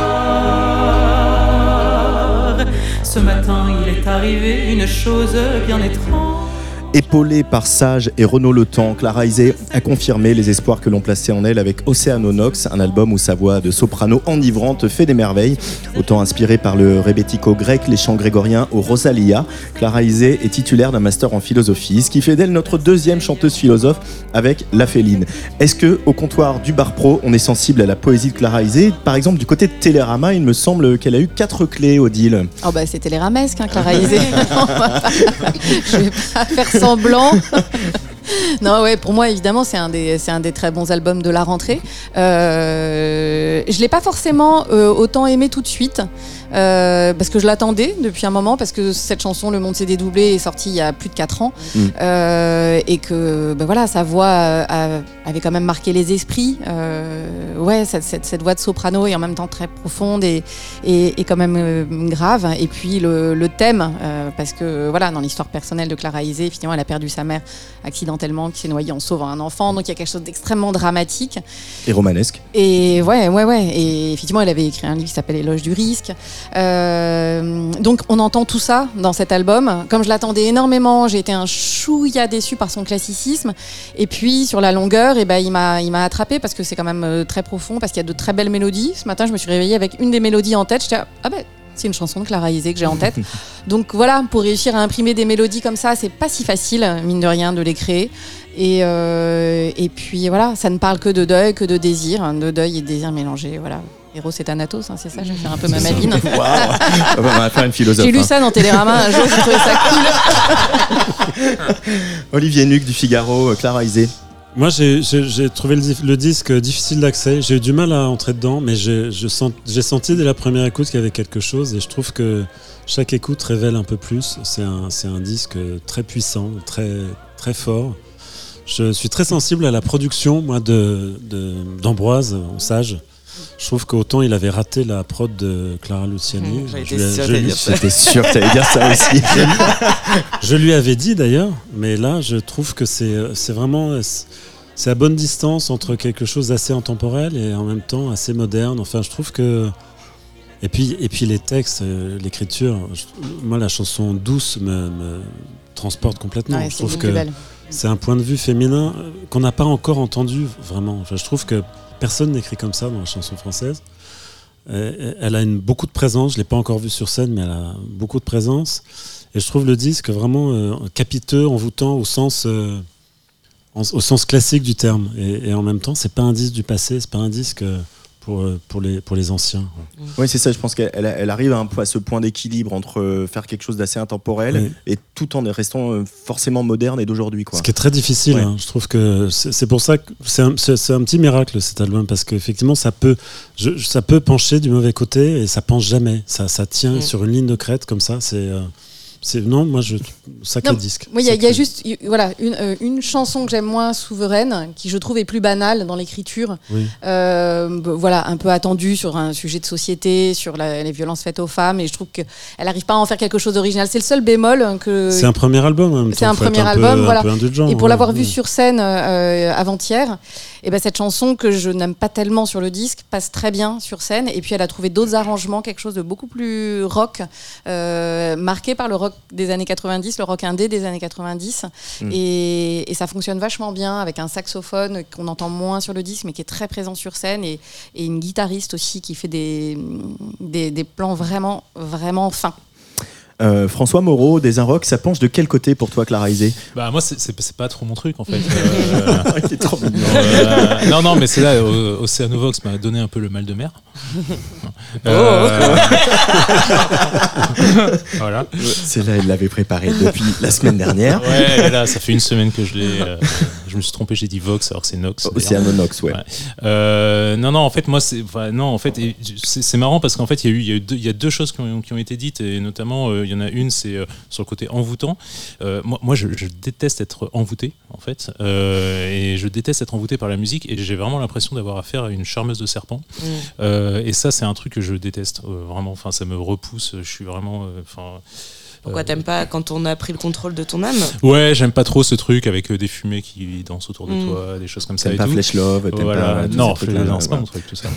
Speaker 8: phares. Ce matin, il est arrivé une chose bien étrange.
Speaker 3: Épaulée par Sage et Renaud Le Temps, Clara Isé a confirmé les espoirs que l'on plaçait en elle avec Océanonox, un album où sa voix de soprano enivrante fait des merveilles. Autant inspiré par le rebetiko grec, les chants grégoriens au Rosalia, Clara Isé est titulaire d'un master en philosophie, ce qui fait d'elle notre deuxième chanteuse philosophe avec La Féline. Est-ce que au comptoir du Bar Pro, on est sensible à la poésie de Clara Isé ? Par exemple, du côté de Télérama, il me semble qu'elle a eu quatre clés, Odile.
Speaker 6: Oh bah c'est téléramesque, hein, Clara Isé. Je vais pas faire semblant. Non, ouais, pour moi, évidemment, c'est un des, c'est un des très bons albums de la rentrée. Euh, je l'ai pas forcément euh, autant aimé tout de suite. Euh, parce que je l'attendais depuis un moment, parce que cette chanson Le Monde s'est dédoublé est sortie il y a plus de quatre ans, mmh. euh, et que ben voilà, sa voix a, avait quand même marqué les esprits. Euh, ouais, cette, cette, cette voix de soprano est en même temps très profonde et, et, et quand même euh, grave. Et puis le, le thème, euh, parce que voilà, dans l'histoire personnelle de Clara Isé, effectivement, elle a perdu sa mère accidentellement, qui s'est noyée en sauvant un enfant, donc il y a quelque chose d'extrêmement dramatique
Speaker 3: et romanesque.
Speaker 6: Et ouais, ouais, ouais. Et effectivement, elle avait écrit un livre qui s'appelle Éloge du risque. Euh, donc on entend tout ça dans cet album. Comme je l'attendais énormément, j'ai été un chouïa déçue par son classicisme. Et puis sur la longueur, et ben, il m'a, il m'a attrapée parce que c'est quand même euh, très profond, parce qu'il y a de très belles mélodies. Ce matin, je me suis réveillée avec une des mélodies en tête. J'étais ah ben c'est une chanson de Clara Isé que j'ai en tête. Donc voilà, pour réussir à imprimer des mélodies comme ça, c'est pas si facile, mine de rien, de les créer. Et, euh, et puis voilà, ça ne parle que de deuil, que de désir, hein, de deuil et de désir mélangés. Voilà. Eros et Thanatos, hein, c'est ça, je vais faire un peu ma maline.
Speaker 3: Wow. On va faire une philosophe.
Speaker 6: J'ai lu
Speaker 3: hein.
Speaker 6: ça dans Télérama un jour, j'ai trouvé ça cool.
Speaker 3: Olivier Nuc du Figaro, Clara Isé.
Speaker 1: Moi, j'ai, j'ai, j'ai trouvé le, le disque difficile d'accès. J'ai eu du mal à entrer dedans, mais j'ai, je sens, j'ai senti dès la première écoute qu'il y avait quelque chose. Et je trouve que chaque écoute révèle un peu plus. C'est un, c'est un disque très puissant, très, très fort. Je suis très sensible à la production, moi, de, de, d'Ambroise en Sage. Je trouve qu'autant il avait raté la prod de Clara Luciani.
Speaker 4: Mmh,
Speaker 1: je,
Speaker 4: j'étais
Speaker 1: lui,
Speaker 4: sûre
Speaker 1: je,
Speaker 4: d'aller
Speaker 1: lui,
Speaker 4: dire ça.
Speaker 3: J'étais sûr que t'allais dire ça aussi.
Speaker 1: je lui avais dit d'ailleurs, mais là je trouve que c'est, c'est vraiment c'est à bonne distance entre quelque chose d'assez intemporel et en même temps assez moderne. Enfin, je trouve que et puis et puis les textes, euh, l'écriture. Je, moi, la chanson Douce me, me transporte complètement.
Speaker 6: Ouais,
Speaker 1: je
Speaker 6: c'est
Speaker 1: trouve
Speaker 6: une
Speaker 1: que
Speaker 6: plus belle.
Speaker 1: c'est un point de vue féminin euh, qu'on n'a pas encore entendu vraiment. Enfin, je trouve que personne n'écrit comme ça dans la chanson française. Euh, elle a une, beaucoup de présence. Je l'ai pas encore vue sur scène, mais elle a beaucoup de présence. Et je trouve le disque vraiment euh, capiteux, envoûtant au sens euh, En, au sens classique du terme, et, et en même temps, c'est pas un disque du passé, c'est pas un disque pour pour les pour les anciens.
Speaker 3: Oui, c'est ça. Je pense qu'elle elle arrive à, un, à ce point d'équilibre entre faire quelque chose d'assez intemporel
Speaker 1: Oui.
Speaker 3: et tout en restant forcément moderne et d'aujourd'hui, quoi.
Speaker 1: Ce qui est très difficile.
Speaker 3: Ouais.
Speaker 1: Hein. Je trouve que c'est, c'est pour ça que c'est un, c'est, c'est un petit miracle cet album, parce qu'effectivement, ça peut je, ça peut pencher du mauvais côté et ça penche jamais. Ça ça tient
Speaker 4: Mm.
Speaker 1: sur une ligne de crête comme ça. C'est euh, C'est, non, moi, je, sacré
Speaker 6: Non,
Speaker 1: disque.
Speaker 6: Oui, il y, a- il y a
Speaker 1: Sacré.
Speaker 6: juste y- voilà, une, euh, une chanson que j'aime moins, Souveraine, qui je trouve est plus banale dans l'écriture.
Speaker 1: Oui.
Speaker 6: Euh, b- voilà, un peu attendue sur un sujet de société, sur la- les violences faites aux femmes. Et je trouve qu'elle n'arrive pas à en faire quelque chose d'original. C'est le seul bémol que.
Speaker 1: C'est un premier album, en même temps.
Speaker 6: C'est un
Speaker 1: Faut être
Speaker 6: premier
Speaker 1: un peu-
Speaker 6: album,
Speaker 1: un
Speaker 6: voilà.
Speaker 1: peu indulgent,
Speaker 6: Et pour
Speaker 1: ouais,
Speaker 6: l'avoir
Speaker 1: ouais.
Speaker 6: vu sur scène euh, avant-hier, et ben cette chanson que je n'aime pas tellement sur le disque passe très bien sur scène. Et puis elle a trouvé d'autres arrangements, quelque chose de beaucoup plus rock, euh, marqué par le rock des années quatre-vingt-dix, le rock indé des années quatre-vingt-dix.
Speaker 3: Mm.
Speaker 6: Et, et ça fonctionne vachement bien avec un saxophone qu'on entend moins sur le disque, mais qui est très présent sur scène, et, et une guitariste aussi qui fait des, des, des plans vraiment, vraiment fins.
Speaker 3: Euh, François Moreau, des Inrocks, ça penche de quel côté pour toi, Clara Isé?
Speaker 5: Bah moi c'est, c'est, c'est pas trop mon truc en fait. Euh,
Speaker 3: Il est trop mignon.
Speaker 5: euh, non non mais c'est là euh, Oceanovox m'a donné un peu le mal de mer. Euh, voilà.
Speaker 3: Celle-là, il l'avait préparée depuis la semaine dernière.
Speaker 5: Ouais, là ça fait une semaine que je l'ai. Euh, je me suis trompé, j'ai dit Vox alors que c'est Nox. d'ailleurs.
Speaker 3: Oceanonox, ouais.
Speaker 5: Ouais. Euh, non, non, en fait, moi, c'est, enfin, non, en fait, et c'est, c'est marrant parce qu'en fait, il y a eu, il y a eu deux, il y a deux choses qui ont, qui ont été dites, et notamment, euh, il y en a une, c'est euh, sur le côté envoûtant. Euh, moi, moi je, je déteste être envoûté, en fait, euh, et je déteste être envoûté par la musique, et j'ai vraiment l'impression d'avoir affaire à une charmeuse de serpent.
Speaker 4: Mm.
Speaker 5: Euh, et ça, c'est un truc que je déteste, euh, vraiment. Enfin, ça me repousse. Je suis vraiment, enfin. euh,
Speaker 4: Pourquoi t'aimes pas quand on a pris le contrôle de ton âme?
Speaker 5: Ouais, j'aime pas trop ce truc avec euh, des fumées qui dansent autour de
Speaker 4: Mm.
Speaker 5: toi, des choses comme ça.
Speaker 3: T'aimes
Speaker 5: et
Speaker 3: pas
Speaker 5: tout.
Speaker 3: Flesh Love, t'aimes
Speaker 5: Voilà.
Speaker 3: pas tous
Speaker 5: Non,
Speaker 3: ces trucs-là,
Speaker 5: non, c'est pas
Speaker 3: ouais.
Speaker 5: mon truc tout ça.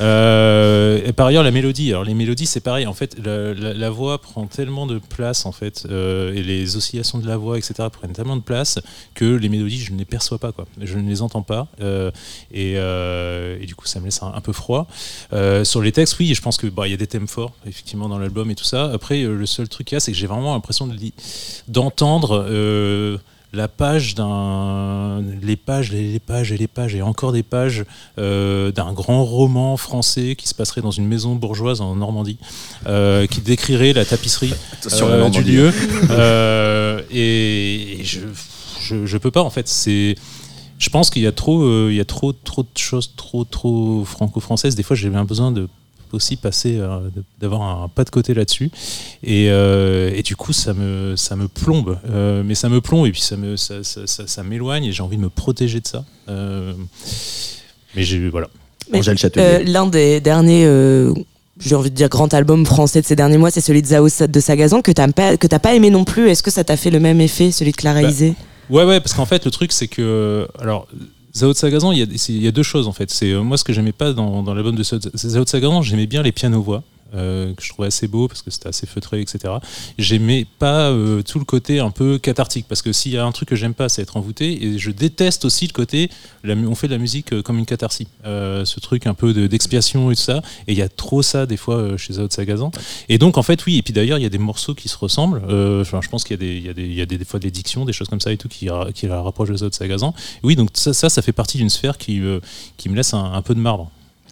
Speaker 5: Euh, et par ailleurs, la mélodie. Alors les mélodies, c'est pareil. En fait, la, la- la voix prend tellement de place, en fait, euh, et les oscillations de la voix, et cetera, prennent tellement de place que les mélodies, je ne les perçois pas, quoi. Je ne les entends pas, euh, et, euh, et du coup, ça me laisse un, un peu froid. Euh, sur les textes, oui, je pense que bah, il y a des thèmes forts, effectivement, dans l'album et tout ça. Après, euh, le seul truc qu'il y a, c'est que j'ai vraiment l'impression de li- d'entendre. Euh, la page d'un les pages les, les pages et les pages et encore des pages euh, d'un grand roman français qui se passerait dans une maison bourgeoise en Normandie, euh, qui décrirait la tapisserie
Speaker 3: Attention,
Speaker 5: euh,
Speaker 3: la
Speaker 5: du
Speaker 3: Normandie.
Speaker 5: lieu, euh, et, et je, je je peux pas en fait. C'est je pense qu'il y a trop euh, il y a trop trop de choses trop trop franco-françaises. Des fois j'ai bien besoin de aussi passer euh, d'avoir un pas de côté là-dessus, et, euh, et du coup ça me ça me plombe, euh, mais ça me plombe et puis ça me ça, ça, ça, ça m'éloigne et j'ai envie de me protéger de ça, euh, mais j'ai voilà.
Speaker 4: Mais,
Speaker 3: Angèle Châtelier.
Speaker 4: Euh, l'un des derniers, euh, j'ai envie de dire, grand album français de ces derniers mois, c'est celui de Zao de Sagazan, que t'as pas, que t'as pas aimé non plus. Est-ce que ça t'a fait le même effet, celui de Clara
Speaker 5: Bah,
Speaker 4: Isé?
Speaker 5: Ouais, ouais, parce qu'en fait, le truc, c'est que. Alors, Zao de Sagazan, il y, a, c'est- il y a deux choses, en fait. C'est, euh, moi, ce que j'aimais pas dans, dans l'album de Zao de Sagazan, j'aimais bien les pianos-voix, euh, que je trouvais assez beau, parce que c'était assez feutré, et cetera. J'aimais pas euh, tout le côté un peu cathartique, parce que s'il y a un truc que j'aime pas, c'est être envoûté, et je déteste aussi le côté. La, mu- on fait de la musique euh, comme une catharsis. Euh, ce truc un peu de, d'expiation et tout ça. Et il y a trop ça, des fois, euh, chez Zao de Sagazan. Et donc, en fait, oui. Et puis d'ailleurs, il y a des morceaux qui se ressemblent. Euh, enfin, je pense qu'il y a, des, il y a, des, il y a des, des fois des dictions, des choses comme ça et tout, qui, ra- qui la rapprochent de Zao de Sagazan. Oui, donc ça, ça, ça fait partie d'une sphère qui, euh, qui me laisse un, un peu de marbre.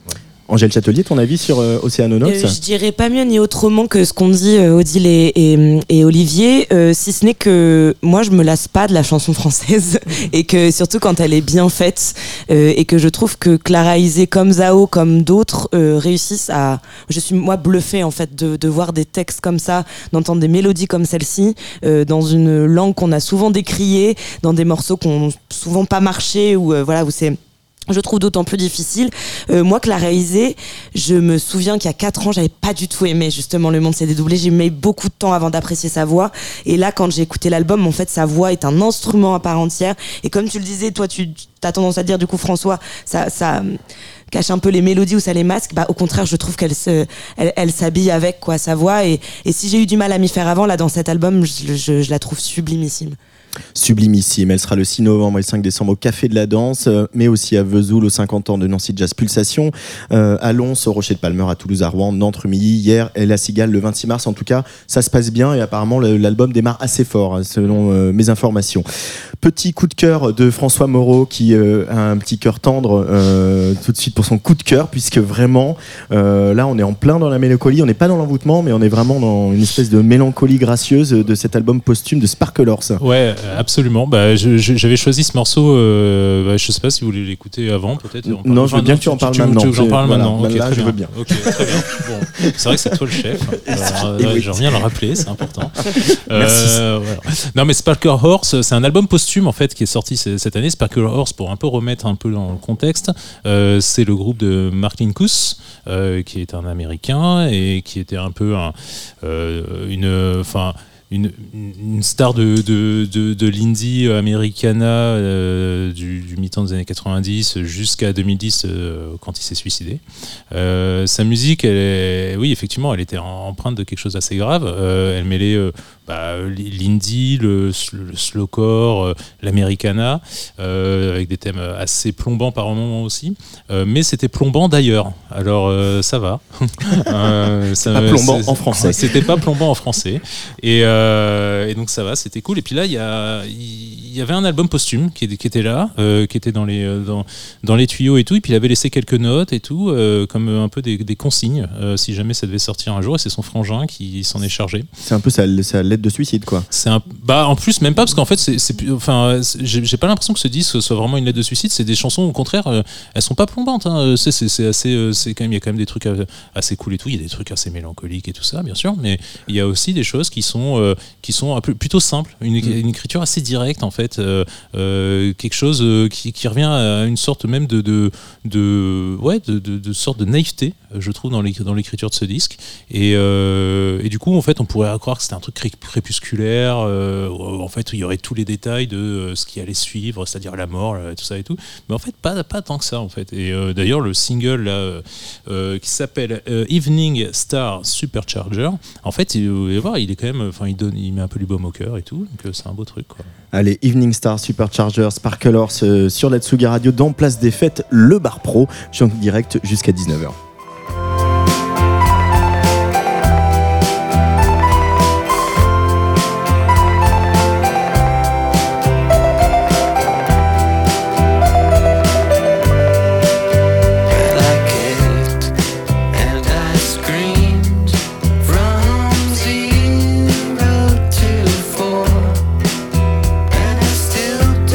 Speaker 3: Angèle Châtelier, ton avis sur euh, Océanonox ?
Speaker 4: Euh, je dirais pas mieux ni autrement que ce qu'ont dit euh, Odile et, et, et Olivier, euh, si ce n'est que moi je me lasse pas de la chanson française et que surtout quand elle est bien faite euh, et que je trouve que Clara Isé comme Zao comme d'autres euh, réussissent à... Je suis moi bluffée en fait de, de voir des textes comme ça, d'entendre des mélodies comme celle-ci euh, dans une langue qu'on a souvent décriée, dans des morceaux qui ont souvent pas marché ou euh, voilà où c'est... Je trouve d'autant plus difficile. Euh, moi, Clara Isé, je me souviens qu'il y a quatre ans, j'avais pas du tout aimé justement Le Monde s'est dédoublé. J'ai mis beaucoup de temps avant d'apprécier sa voix. Et là, quand j'ai écouté l'album, en fait, sa voix est un instrument à part entière. Et comme tu le disais, toi, tu as tendance à dire, du coup, François, ça, ça cache un peu les mélodies ou ça les masque. Bah, au contraire, je trouve qu'elle se, elle, elle s'habille avec quoi sa voix. Et, et si j'ai eu du mal à m'y faire avant, là, dans cet album, je, je, je la trouve sublimissime.
Speaker 3: Sublimissime, elle sera le six novembre et le cinq décembre au Café de la Danse, euh, mais aussi à Vesoul aux cinquante ans de Nancy Jazz Pulsation, euh, à Lons, au Rocher de Palmer, à Toulouse, à Rouen, Nantes, Rumilly, hier et La Cigale le vingt-six mars. En tout cas, ça se passe bien et apparemment le, l'album démarre assez fort, hein, selon euh, mes informations. Petit coup de cœur de François Moreau qui euh, a un petit cœur tendre euh, tout de suite pour son coup de cœur, puisque vraiment euh, là on est en plein dans la mélancolie, on n'est pas dans l'envoûtement mais on est vraiment dans une espèce de mélancolie gracieuse de cet album posthume de Sparkle Horse.
Speaker 5: Ouais, absolument. Bah, je, je, j'avais choisi ce morceau, euh, bah, je sais pas si vous voulez l'écouter avant peut-être.
Speaker 3: Non, je veux bien que tu en parles
Speaker 5: tu,
Speaker 3: maintenant.
Speaker 5: Tu veux que j'en parle
Speaker 3: voilà,
Speaker 5: maintenant okay,
Speaker 3: là,
Speaker 5: très
Speaker 3: je
Speaker 5: bien.
Speaker 3: veux bien.
Speaker 5: Ok, très bien. Bon, c'est vrai que c'est toi le chef. Alors, euh,
Speaker 3: oui.
Speaker 5: Je reviens à le rappeler, c'est important. Euh, voilà. Non mais Sparkle Horse, c'est un album posthume en fait qui est sorti cette année. Sparkle Horse, pour un peu remettre un peu dans le contexte, euh, c'est le groupe de Mark Linkous, euh, qui est un Américain et qui était un peu un, euh, une, enfin. Une, une star de, de, de, de l'indie americana euh, du, du mi-temps des années quatre-vingt-dix jusqu'à deux mille dix euh, quand il s'est suicidé. Euh, sa musique, elle est, oui, effectivement, elle était empreinte de quelque chose d'assez grave. Euh, elle mêlait euh, bah, l'indie, le, le slowcore, euh, l'americana, euh, avec des thèmes assez plombants par moments aussi. Euh, mais c'était plombant d'ailleurs. Alors euh, ça va. euh, ça,
Speaker 3: pas plombant en français.
Speaker 5: C'était pas plombant en français. Et euh, Euh, et donc ça va, c'était cool. Et puis là, il y, a, il y avait un album posthume qui, qui était là, euh, qui était dans les, dans, dans les tuyaux et tout. Et puis il avait laissé quelques notes et tout, euh, comme un peu des, des consignes, euh, si jamais ça devait sortir un jour. Et c'est son frangin qui s'en est chargé.
Speaker 3: C'est un peu sa, sa lettre de suicide, quoi.
Speaker 5: C'est un, bah en plus même pas parce qu'en fait, c'est, c'est, enfin, c'est, j'ai, j'ai pas l'impression que ce disque soit vraiment une lettre de suicide. C'est des chansons au contraire, euh, elles sont pas plombantes. Hein. C'est, c'est, c'est assez, euh, c'est quand même, il y a quand même des trucs assez cool et tout. Il y a des trucs assez mélancoliques et tout ça, bien sûr. Mais il y a aussi des choses qui sont euh, qui sont un peu, plutôt simples, une, une écriture assez directe en fait, euh, euh, quelque chose euh, qui, qui revient à une sorte même de de, de ouais de, de, de sorte de naïveté, je trouve, dans, dans l'écriture de ce disque. Et, euh, et du coup en fait on pourrait croire que c'était un truc crépusculaire, euh, en fait où il y aurait tous les détails de euh, ce qui allait suivre, c'est-à-dire la mort, là, tout ça et tout, mais en fait pas, pas tant que ça en fait. Et euh, d'ailleurs le single là, euh, qui s'appelle euh, Evening Star Supercharger, en fait il, vous allez voir, il est quand même, enfin il donne, il met un peu du baume au cœur et tout, donc c'est un beau truc quoi.
Speaker 3: Allez, Evening Star Supercharger, Sparkle Horse euh, sur la Tsugi Radio dans Place des Fêtes, le bar pro. Je suis en direct jusqu'à dix-neuf heures.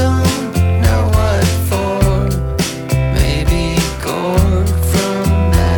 Speaker 9: Maybe gold from that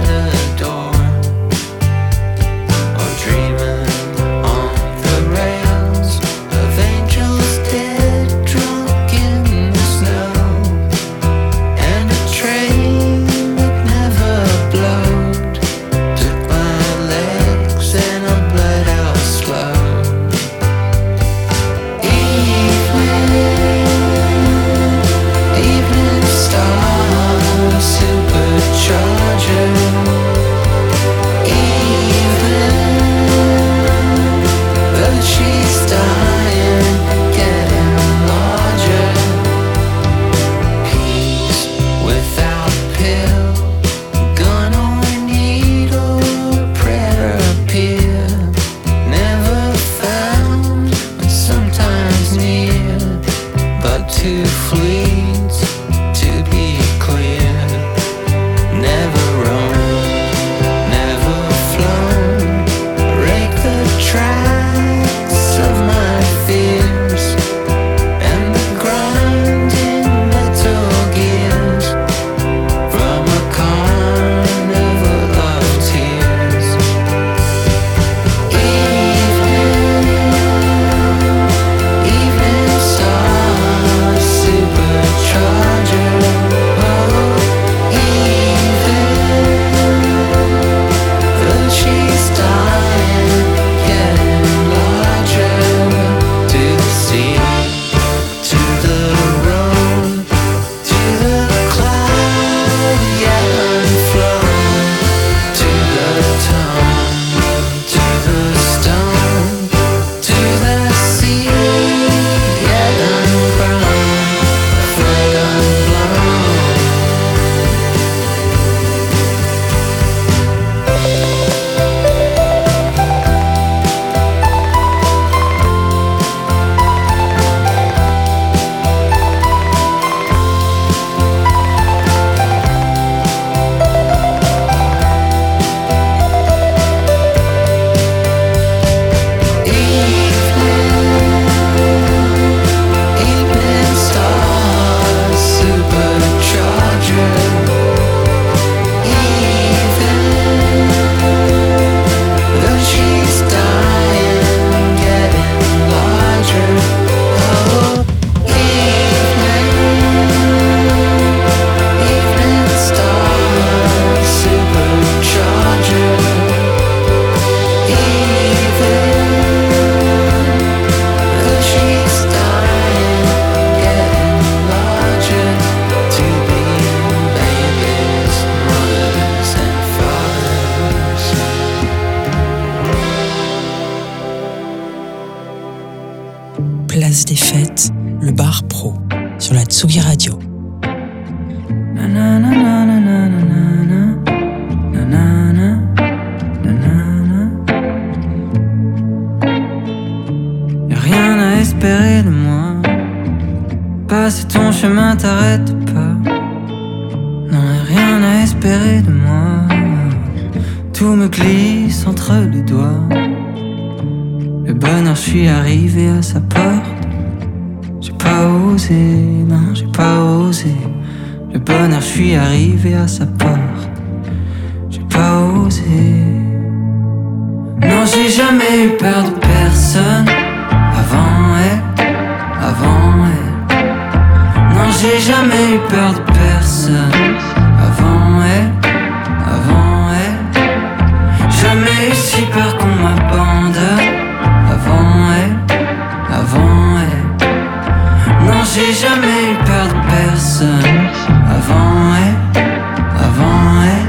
Speaker 9: chemin t'arrête pas. Non, et rien à espérer de moi. Tout me glisse entre les doigts. Le bonheur, je suis arrivé à sa porte. J'ai pas osé, non, j'ai pas osé. Le bonheur, je suis arrivé à sa porte. J'ai pas osé. Non, j'ai jamais eu peur de personne. Avant elle, avant elle. Non, j'ai jamais eu peur de personne. Avant elle, avant elle. Jamais eu si peur qu'on m'abandonne. Avant elle, avant elle. Non, j'ai jamais eu peur de personne. Avant elle, avant elle.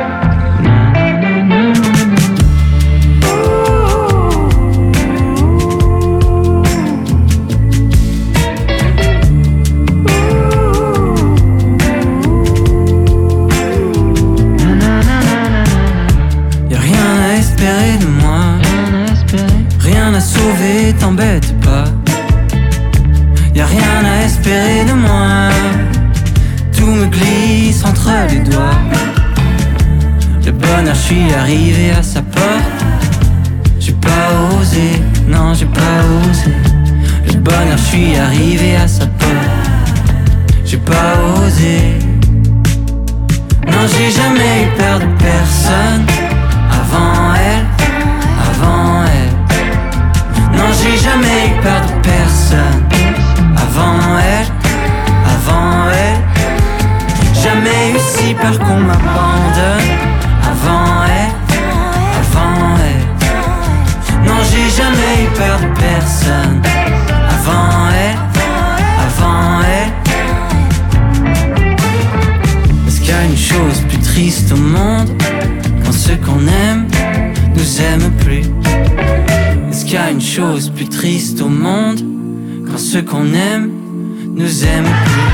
Speaker 9: Sauver, t'embête pas. Y'a rien à espérer de moi. Tout me glisse entre les doigts. Le bonheur, je suis arrivé à sa porte. J'ai pas osé, non j'ai pas osé. Le bonheur, je suis arrivé à sa porte. J'ai pas osé. Non, j'ai jamais eu peur de personne. Avant elle, avant elle. Non, j'ai jamais eu peur de personne. Avant elle, avant elle. Jamais eu si peur qu'on m'abandonne. Avant elle, avant elle. Non, j'ai jamais eu peur de personne. Avant elle, avant elle. Est-ce qu'il y a une chose plus triste au monde? Quand ceux qu'on aime nous aiment plus. Est-ce qu'il y a une chose plus triste au monde? Quand ceux qu'on aime nous aiment plus.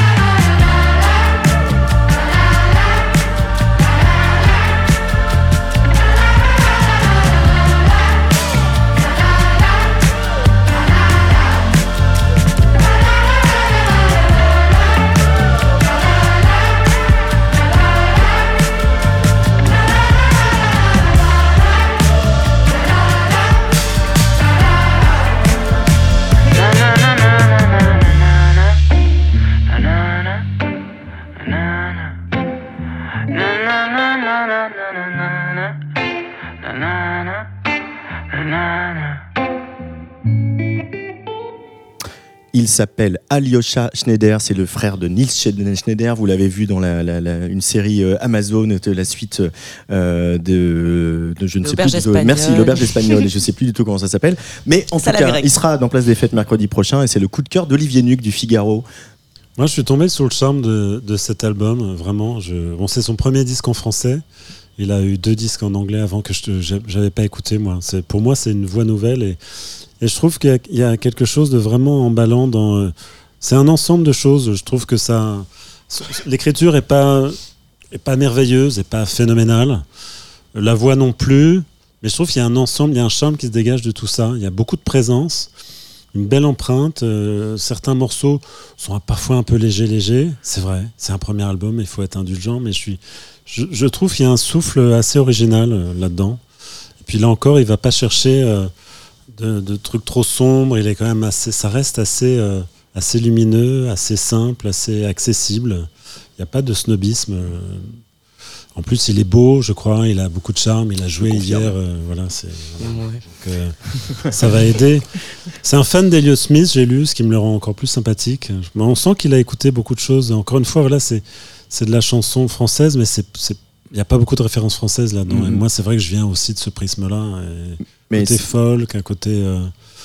Speaker 3: Il s'appelle Alyosha Schneider, c'est le frère de Nils Schneider. Vous l'avez vu dans la, la, la, une série euh, Amazon, de la suite euh, de, de je ne sais plus. Du tout, merci, l'auberge espagnole. Je ne sais plus du tout comment ça s'appelle. Mais en ça tout cas, grecque. Il sera dans Place des Fêtes mercredi prochain et c'est le coup de cœur d'Olivier Nuc du Figaro.
Speaker 1: Moi, je suis tombé sous le charme de, de cet album. Vraiment, je... bon, c'est son premier disque en français. Il a eu deux disques en anglais avant que je n'avais pas écouté. Moi, c'est, pour moi, c'est une voix nouvelle et Et je trouve qu'il y a, il y a quelque chose de vraiment emballant dans. Euh, c'est un ensemble de choses. Je trouve que ça. L'écriture est pas, est pas merveilleuse, est pas phénoménale. La voix non plus. Mais je trouve qu'il y a un ensemble, il y a un charme qui se dégage de tout ça. Il y a beaucoup de présence, une belle empreinte. Euh, certains morceaux sont parfois un peu légers, légers. C'est vrai, c'est un premier album, il faut être indulgent. Mais je, suis, je, je trouve qu'il y a un souffle assez original euh, là-dedans. Et puis là encore, il va pas chercher. Euh, De, de trucs trop sombres, il est quand même assez, ça reste assez, euh, assez lumineux, assez simple, assez accessible. Il n'y a pas de snobisme. En plus, il est beau, je crois, il a beaucoup de charme, il a joué hier. Euh, voilà, c'est, voilà. Ouais. Donc, euh, ça va aider. C'est un fan d'Elliott Smith, j'ai lu, ce qui me le rend encore plus sympathique. On sent qu'il a écouté beaucoup de choses. Encore une fois, voilà, c'est, c'est de la chanson française, mais c'est, c'est il n'y a pas beaucoup de références françaises là-dedans. Mm-hmm. Et moi, c'est vrai que je viens aussi de ce prisme-là. Et mais côté c'est... folk, un côté... Euh,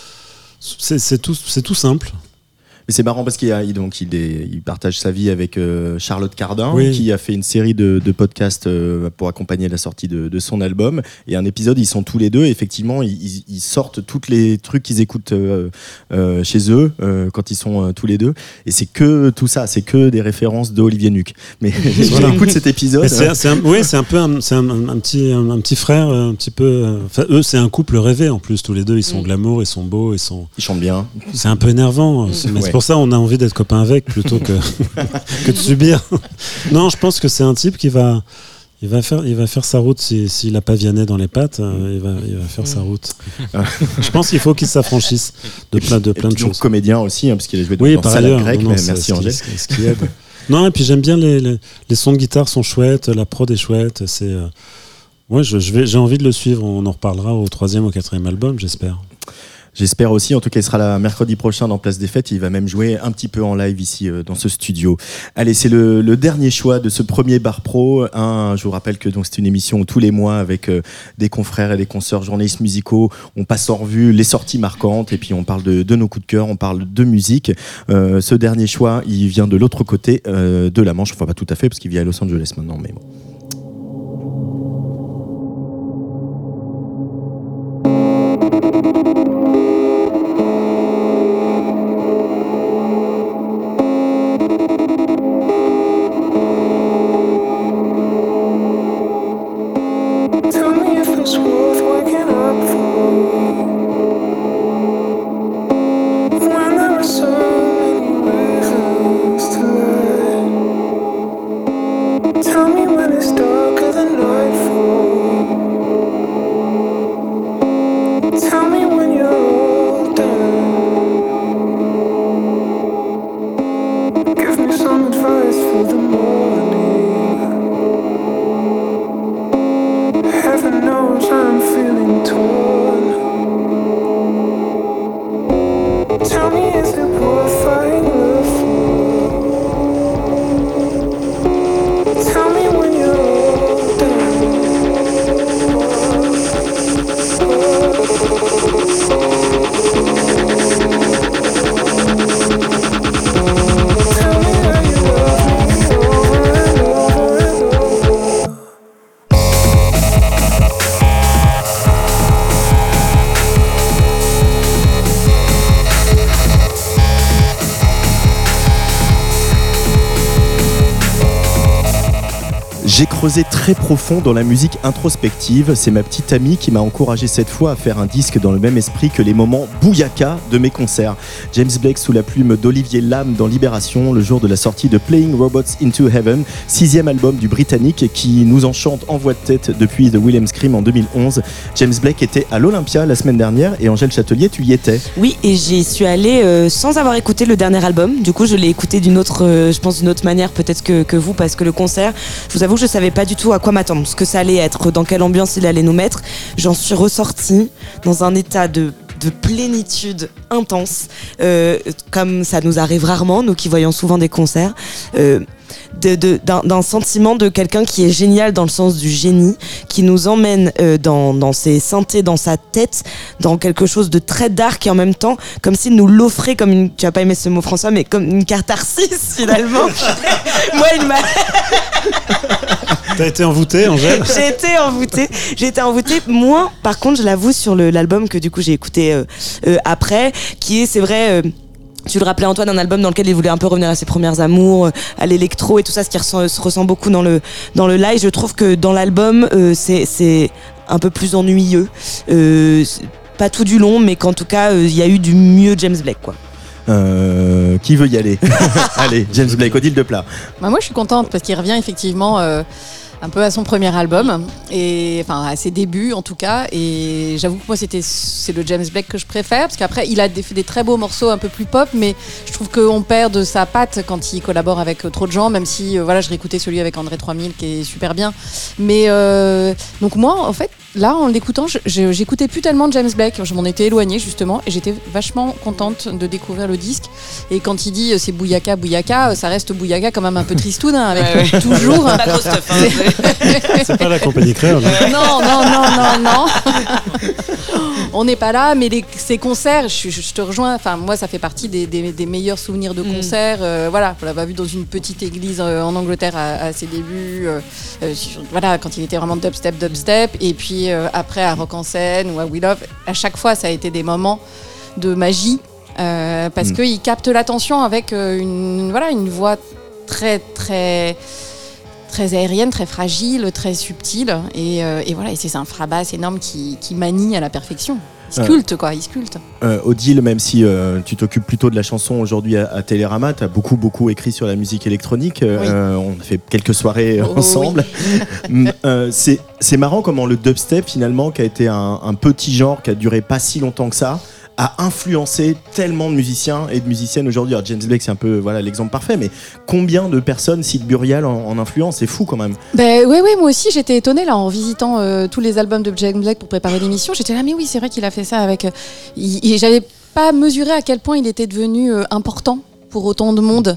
Speaker 1: c'est, c'est, tout, c'est tout simple.
Speaker 3: Mais c'est marrant parce qu'il a, donc, il, est, il partage sa vie avec euh, Charlotte Cardin,
Speaker 1: oui.
Speaker 3: qui a fait une série de, de podcasts euh, pour accompagner la sortie de, de son album. Et un épisode, ils sont tous les deux. Et effectivement, ils, ils sortent tous les trucs qu'ils écoutent euh, euh, chez eux euh, quand ils sont euh, tous les deux. Et c'est que tout ça, c'est que des références d'Olivier Nuc. Mais voilà. J'écoute cet épisode.
Speaker 1: C'est, hein. c'est un, oui, c'est un peu un, c'est un, un, petit, un, un petit frère, un petit peu. Enfin, eux, c'est un couple rêvé en plus. Tous les deux, ils sont mmh. glamour, ils sont beaux, ils sont.
Speaker 3: Ils chantent bien.
Speaker 1: C'est un peu énervant. Mmh. Mais c'est pour ça on a envie d'être copain avec plutôt que, que de subir. Non, je pense que c'est un type qui va, il va faire, il va faire sa route si, s'il a pas Vianney dans les pattes, euh, il va, il va faire sa route. Je pense qu'il faut qu'il s'affranchisse de plein de plein
Speaker 3: et
Speaker 1: de
Speaker 3: puis donc
Speaker 1: choses.
Speaker 3: comédien aussi, hein, parce qu'il a joué
Speaker 1: Oui,
Speaker 3: dans
Speaker 1: par
Speaker 3: Salade
Speaker 1: ailleurs.
Speaker 3: grecque.
Speaker 1: Non,
Speaker 3: Mais
Speaker 1: c'est
Speaker 3: merci
Speaker 1: ce qui-
Speaker 3: Angèle.
Speaker 1: ce qui- ce qui aide. Non, et puis j'aime bien les, les, les sons de guitare sont chouettes, la prod est chouette. C'est, euh, ouais, je, je vais, j'ai envie de le suivre. On en reparlera au troisième ou quatrième album, j'espère.
Speaker 3: J'espère aussi, en tout cas il sera là mercredi prochain dans Place des Fêtes, il va même jouer un petit peu en live ici euh, dans ce studio. Allez, c'est le, le dernier choix de ce premier Bar Pro. Un, je vous rappelle que donc, c'est une émission tous les mois avec euh, des confrères et des consoeurs journalistes musicaux. On passe en revue les sorties marquantes et puis on parle de, de nos coups de cœur, on parle de musique. Euh, ce dernier choix, il vient de l'autre côté euh, de la Manche, enfin pas tout à fait parce qu'il vit à Los Angeles maintenant, mais bon.
Speaker 10: Tell me if it's worth waking up for. When there are so many reasons to lie. Tell me when it's darker than nightfall. Tell me when you're older. Give me some advice for the morning. Heaven knows I'm feeling torn. Tell me, is it worth fighting love for? Tell me when you're older. Tell me that you love me over and over and over.
Speaker 3: J'ai creusé très profond dans la musique introspective. C'est ma petite amie qui m'a encouragé cette fois à faire un disque dans le même esprit que les moments bouyaka de mes concerts. James Blake sous la plume d'Olivier Lam dans Libération, le jour de la sortie de Playing Robots into Heaven, sixième album du Britannique qui nous enchante en voix de tête depuis The William Scream en deux mille onze. James Blake était à l'Olympia la semaine dernière et Angèle Châtelier, tu y étais.
Speaker 4: Oui, et j'y suis allée euh, sans avoir écouté le dernier album. Du coup, je l'ai écouté d'une autre, euh, je pense d'une autre manière peut-être que, que vous, parce que le concert, je vous avoue que je savais pas du tout à quoi m'attendre, ce que ça allait être, dans quelle ambiance il allait nous mettre. J'en suis ressortie dans un état de de plénitude intense, euh, comme ça nous arrive rarement, nous qui voyons souvent des concerts, euh, de, de, d'un, d'un sentiment de quelqu'un qui est génial dans le sens du génie, qui nous emmène euh, dans, dans ses synthés, dans sa tête, dans quelque chose de très dark et en même temps, comme s'il nous l'offrait comme une, tu vas pas aimer ce mot François, mais comme une catharsis finalement. Moi, il m'a...
Speaker 1: T'as été envoûtée, Angèle?
Speaker 4: J'ai été envoûtée. J'ai été envoûtée. Moi, par contre, je l'avoue sur le, l'album que du coup j'ai écouté euh, euh, après, qui est, c'est vrai. Euh, Tu le rappelais Antoine, un album dans lequel il voulait un peu revenir à ses premiers amours, à l'électro et tout ça, ce qui ressent, se ressent beaucoup dans le dans le live. Je trouve que dans l'album, euh, c'est c'est un peu plus ennuyeux, euh, pas tout du long, mais qu'en tout cas, il euh, y a eu du mieux James Blake, quoi.
Speaker 3: Euh, qui veut y aller? Allez, James Blake, Odile de Plat.
Speaker 6: Bah moi je suis contente parce qu'il revient effectivement euh, un peu à son premier album, et enfin à ses débuts en tout cas, et j'avoue que moi c'était, c'est le James Blake que je préfère, parce qu'après il a des, fait des très beaux morceaux un peu plus pop, mais je trouve qu'on perd de sa patte quand il collabore avec trop de gens, même si euh, voilà, je réécoutais celui avec André trois mille qui est super bien, mais euh, donc moi en fait là en l'écoutant je, je, j'écoutais plus tellement James Blake, je m'en étais éloignée justement, et j'étais vachement contente de découvrir le disque, et quand il dit euh, c'est Bouyaka Bouyaka, ça reste Bouyaka quand même un peu tristoun, hein, avec
Speaker 4: Ouais, ouais.
Speaker 6: toujours
Speaker 4: Pas grosse stuff, hein.
Speaker 1: C'est pas la compagnie créole. Hein.
Speaker 6: non, non, non, non, non. On n'est pas là, mais les, ces concerts, je, je, je te rejoins. Enfin, moi, ça fait partie des, des, des meilleurs souvenirs de concerts. Euh, voilà, on l'avait vu dans une petite église euh, en Angleterre à, à ses débuts. Euh, euh, voilà, quand il était vraiment dubstep, dubstep. Et puis euh, après à Rock en Scène ou à We Love. À chaque fois, ça a été des moments de magie euh, parce mm. qu'il capte l'attention avec euh, une, voilà, une voix très, très. très aérienne, très fragile, très subtile, et, euh, et voilà, et c'est un frabasse énorme qui, qui manie à la perfection. Il sculpte, quoi, il sculpte.
Speaker 3: Euh, Odile, même si euh, tu t'occupes plutôt de la chanson aujourd'hui à, à Télérama, tu as beaucoup, beaucoup écrit sur la musique électronique. Euh,
Speaker 6: Oui.
Speaker 3: on a fait quelques soirées
Speaker 6: Oh,
Speaker 3: ensemble. euh, c'est, c'est marrant comment le dubstep, finalement, qui a été un, un petit genre qui a duré pas si longtemps que ça, a influencé tellement de musiciens et de musiciennes aujourd'hui. Alors James Blake, c'est un peu voilà, l'exemple parfait, mais combien de personnes citent Burial en, en influence? C'est fou quand même.
Speaker 6: Ben oui, oui, moi aussi j'étais étonnée là en visitant euh, tous les albums de James Blake pour préparer l'émission. J'étais là, mais oui, c'est vrai qu'il a fait ça avec. Euh, il- il- J'avais pas mesuré à quel point il était devenu euh, important pour autant de monde.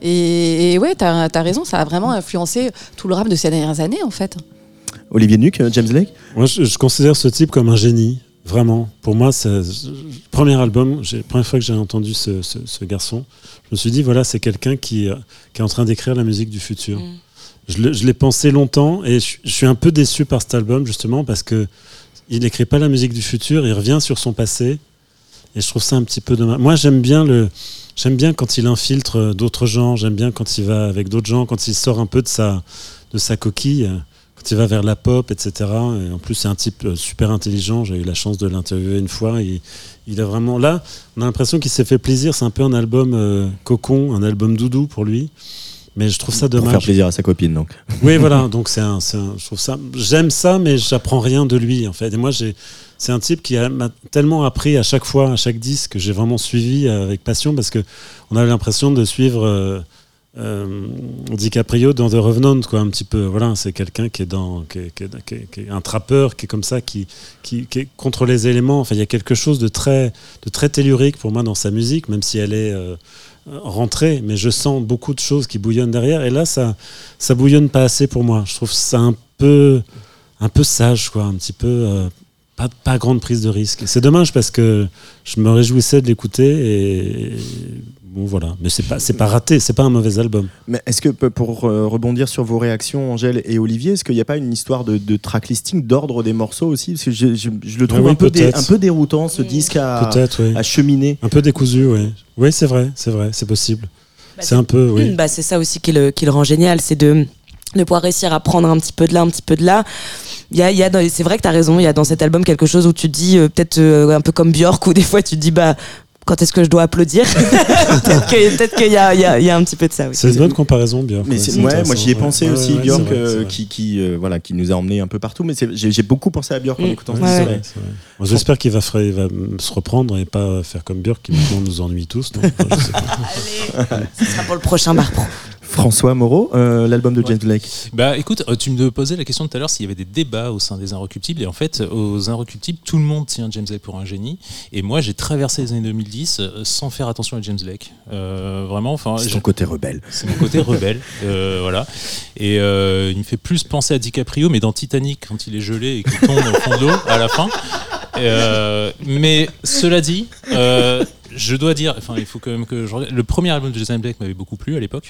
Speaker 6: Et, et ouais, t'as as raison, ça a vraiment influencé tout le rap de ces dernières années en fait.
Speaker 3: Olivier Nuc, euh, James Blake?
Speaker 1: Moi, je, je considère ce type comme un génie, vraiment. Pour moi, c'est le premier album, j'ai, la première fois que j'ai entendu ce, ce, ce garçon, je me suis dit, voilà, c'est quelqu'un qui, euh, qui est en train d'écrire la musique du futur.
Speaker 4: Mm.
Speaker 1: Je, le- je l'ai pensé longtemps et je, je suis un peu déçu par cet album, justement, parce que il n'écrit pas la musique du futur, il revient sur son passé. Et je trouve ça un petit peu dommage. Moi, j'aime bien le, j'aime bien quand il infiltre d'autres gens. J'aime bien quand il va avec d'autres gens, quand il sort un peu de sa, de sa coquille, quand il va vers la pop, et cetera. Et en plus, c'est un type super intelligent. J'ai eu la chance de l'interviewer une fois. Et il a vraiment là, on a l'impression qu'il s'est fait plaisir. C'est un peu un album euh, cocon, un album doudou pour lui. Mais je trouve ça
Speaker 3: Pour
Speaker 1: dommage.
Speaker 3: faire plaisir à sa copine, donc.
Speaker 1: Oui, voilà. Donc c'est un, c'est un- je trouve ça. J'aime ça, mais j'apprends rien de lui en fait. Et moi, j'ai, c'est un type qui a, m'a tellement appris à chaque fois, à chaque disque, que j'ai vraiment suivi avec passion parce que on avait l'impression de suivre euh, euh, DiCaprio dans The Revenant, quoi, un petit peu. Voilà, c'est quelqu'un qui est dans, qui est, qui est- qui est- qui est un trappeur, qui est comme ça, qui, qui, qui est contre les éléments. Enfin, il y a quelque chose de très, de très tellurique pour moi dans sa musique, même si elle est euh, rentrée, mais je sens beaucoup de choses qui bouillonnent derrière. Et là, ça, ça bouillonne pas assez pour moi. Je trouve ça un peu, un peu sage, quoi, un petit peu. Euh, pas, pas grande prise de risque. Et c'est dommage parce que je me réjouissais de l'écouter et bon voilà. Mais c'est pas, c'est pas raté, c'est pas un mauvais album.
Speaker 3: Mais est-ce que, pour euh, rebondir sur vos réactions, Angèle et Olivier, est-ce qu'il n'y a pas une histoire de, de tracklisting, d'ordre des morceaux aussi? Parce que je, je- je le trouve
Speaker 1: Ah oui,
Speaker 3: un, peu dé-
Speaker 1: peut-être.
Speaker 3: un peu déroutant, ce disque à,
Speaker 1: Peut-être, oui.
Speaker 3: à cheminer.
Speaker 1: Un peu décousu, oui. Oui, c'est vrai, c'est vrai, c'est possible.
Speaker 4: Bah,
Speaker 1: c'est un peu, oui.
Speaker 4: Bah, c'est ça aussi qui le, qui le rend génial, c'est de, de pouvoir réussir à prendre un petit peu de là, un petit peu de là. Il y a, il y a dans- c'est vrai que tu as raison, il y a dans cet album quelque chose où tu te dis, euh, peut-être euh, un peu comme Björk, où des fois tu te dis, bah, quand est-ce que je dois applaudir? Peut-être que- peut-être qu'il y a, il y, a, il y a un petit peu de ça aussi.
Speaker 1: C'est une bonne comparaison, Björk.
Speaker 3: Mais
Speaker 1: ouais,
Speaker 3: c'est-
Speaker 1: c'est
Speaker 3: ouais, moi
Speaker 1: intéressant,
Speaker 3: j'y ai
Speaker 1: ouais.
Speaker 3: pensé
Speaker 1: Ouais,
Speaker 3: aussi,
Speaker 1: ouais,
Speaker 3: Björk,
Speaker 1: c'est vrai,
Speaker 3: euh,
Speaker 1: c'est vrai.
Speaker 3: qui, qui, euh, voilà, qui nous a emmenés un peu partout. Mais c'est- j'ai j'ai beaucoup pensé à Björk en
Speaker 4: Mm.
Speaker 3: écoutant
Speaker 1: Ouais,
Speaker 3: ce
Speaker 4: Ouais,
Speaker 3: disque.
Speaker 1: ouais, c'est vrai. Bon, j'espère qu'il va, fra- il va se reprendre et pas faire comme Björk qui maintenant nous ennuie tous. Donc, enfin, je sais pas.
Speaker 4: Allez, ce sera pour le prochain bar pro.
Speaker 3: François Moreau, euh, l'album de James Blake.
Speaker 5: Bah écoute, euh, tu me posais la question tout à l'heure s'il y avait des débats au sein des Inrecuptibles, et en fait, aux Inrecuptibles, tout le monde tient James Blake pour un génie, et moi j'ai traversé les années deux mille dix euh, sans faire attention à James Blake. Euh, vraiment, enfin,
Speaker 3: C'est
Speaker 5: je-
Speaker 3: ton côté rebelle.
Speaker 5: c'est mon côté rebelle, euh, voilà. Et euh, il me fait plus penser à DiCaprio, mais dans Titanic, quand il est gelé et qu'il tombe au fond de l'eau à la fin. Euh, mais cela dit, euh, je dois dire, enfin, il faut quand même que je regarde. Le premier album de James Blake m'avait beaucoup plu à l'époque.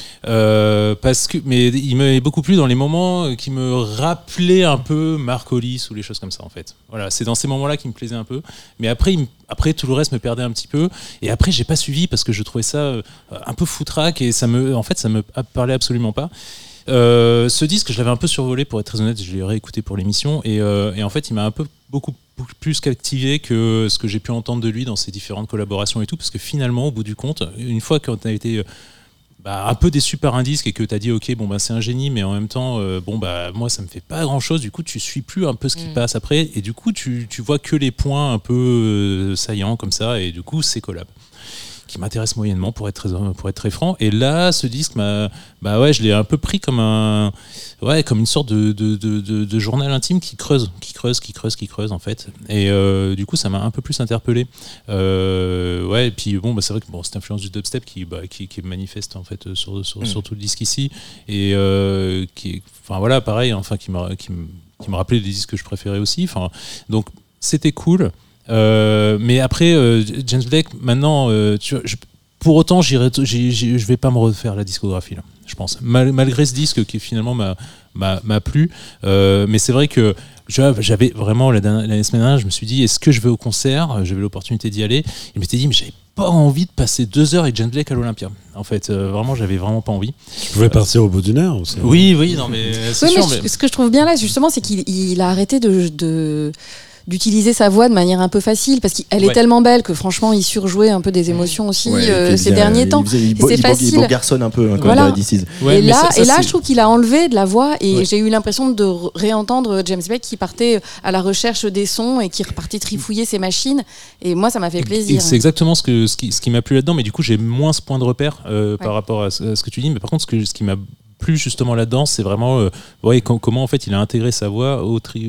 Speaker 5: Euh, parce que, mais il m'avait beaucoup plu dans les moments qui me rappelaient un peu Mark Hollis ou les choses comme ça en fait. Voilà, c'est dans ces moments-là qui me plaisaient un peu. Mais après, il me- après tout le reste me perdait un petit peu. Et après, j'ai pas suivi parce que je trouvais ça euh, un peu foutraque et ça me, en fait, ça me parlait absolument pas. Euh, ce disque, je l'avais un peu survolé pour être très honnête. Je l'ai réécouté pour l'émission et, euh, et en fait, il m'a un peu beaucoup beaucoup plus captivé que ce que j'ai pu entendre de lui dans ses différentes collaborations et tout, parce que finalement, au bout du compte, une fois qu'on a été bah, un peu déçu par un disque et que tu as dit ok bon bah c'est un génie mais en même temps euh, bon bah moi ça me fait pas grand chose, du coup tu suis plus un peu ce qui
Speaker 4: Mm.
Speaker 5: passe après et du coup tu, tu vois que les points un peu euh, saillants comme ça et du coup c'est collab qui m'intéresse moyennement pour être très pour être très franc. Et là ce disque m'a bah ouais je l'ai un peu pris comme un ouais comme une sorte de de, de, de, de journal intime qui creuse qui creuse qui creuse qui creuse en fait et euh, du coup ça m'a un peu plus interpellé euh, ouais et puis bon bah c'est vrai que bon cette influence du dubstep qui bah, qui, qui est manifeste en fait sur sur,
Speaker 3: Mm.
Speaker 5: sur tout le disque ici et euh, qui enfin voilà pareil enfin qui m'a qui me qui me rappelait les disques que je préférais aussi enfin donc c'était cool. Euh, mais après, euh, James Blake, maintenant, euh, tu vois, je, pour autant, j'irai, j'y- j'y- je vais pas me refaire la discographie, là, je pense. Mal- malgré ce disque qui finalement m'a, m'a, m'a plu. Euh, mais c'est vrai que tu vois, j'avais vraiment, la, dernière- la semaine dernière, je me suis dit, est-ce que je vais au concert? J'avais l'opportunité d'y aller. Je m'étais dit, mais j'avais pas envie de passer deux heures avec James Blake à l'Olympia. En fait, euh, vraiment, j'avais vraiment pas envie.
Speaker 1: Tu pouvais partir au bout d'une heure aussi.
Speaker 5: Oui, oui, non, mais c'est
Speaker 6: Oui, mais
Speaker 5: sûr.
Speaker 6: je-
Speaker 5: mais-
Speaker 6: ce que je trouve bien là, justement, c'est qu'il il a arrêté de, de, d'utiliser sa voix de manière un peu facile parce qu'elle est
Speaker 5: Ouais.
Speaker 6: tellement belle que franchement il surjouait un peu des émotions aussi
Speaker 3: Ouais,
Speaker 6: euh,
Speaker 3: il
Speaker 6: ces
Speaker 3: faisait-
Speaker 6: derniers
Speaker 3: il
Speaker 6: temps.
Speaker 3: faisait- il
Speaker 6: Et
Speaker 3: beau-
Speaker 6: c'est
Speaker 3: il beau-
Speaker 6: facile.
Speaker 3: Il beau garçonne un peu hein, quand
Speaker 6: Voilà.
Speaker 3: il aurait dit
Speaker 5: Ouais,
Speaker 6: et
Speaker 5: mais
Speaker 6: là,
Speaker 5: ça- ça,
Speaker 6: et là
Speaker 5: c'est-
Speaker 6: je trouve qu'il a enlevé de la voix et
Speaker 5: Ouais.
Speaker 6: j'ai eu l'impression de re- réentendre James Blake qui partait à la recherche des sons et qui repartait trifouiller ses machines et moi ça m'a fait
Speaker 5: Et
Speaker 6: plaisir.
Speaker 5: c'est exactement ce, que, ce, qui, ce qui m'a plu là-dedans, mais du coup j'ai moins ce point de repère euh,
Speaker 6: Ouais.
Speaker 5: par rapport à ce, à ce que tu dis. Mais par contre, ce, que, ce qui m'a plu justement là-dedans, c'est vraiment euh, ouais, com- comment en fait il a intégré sa voix au tri,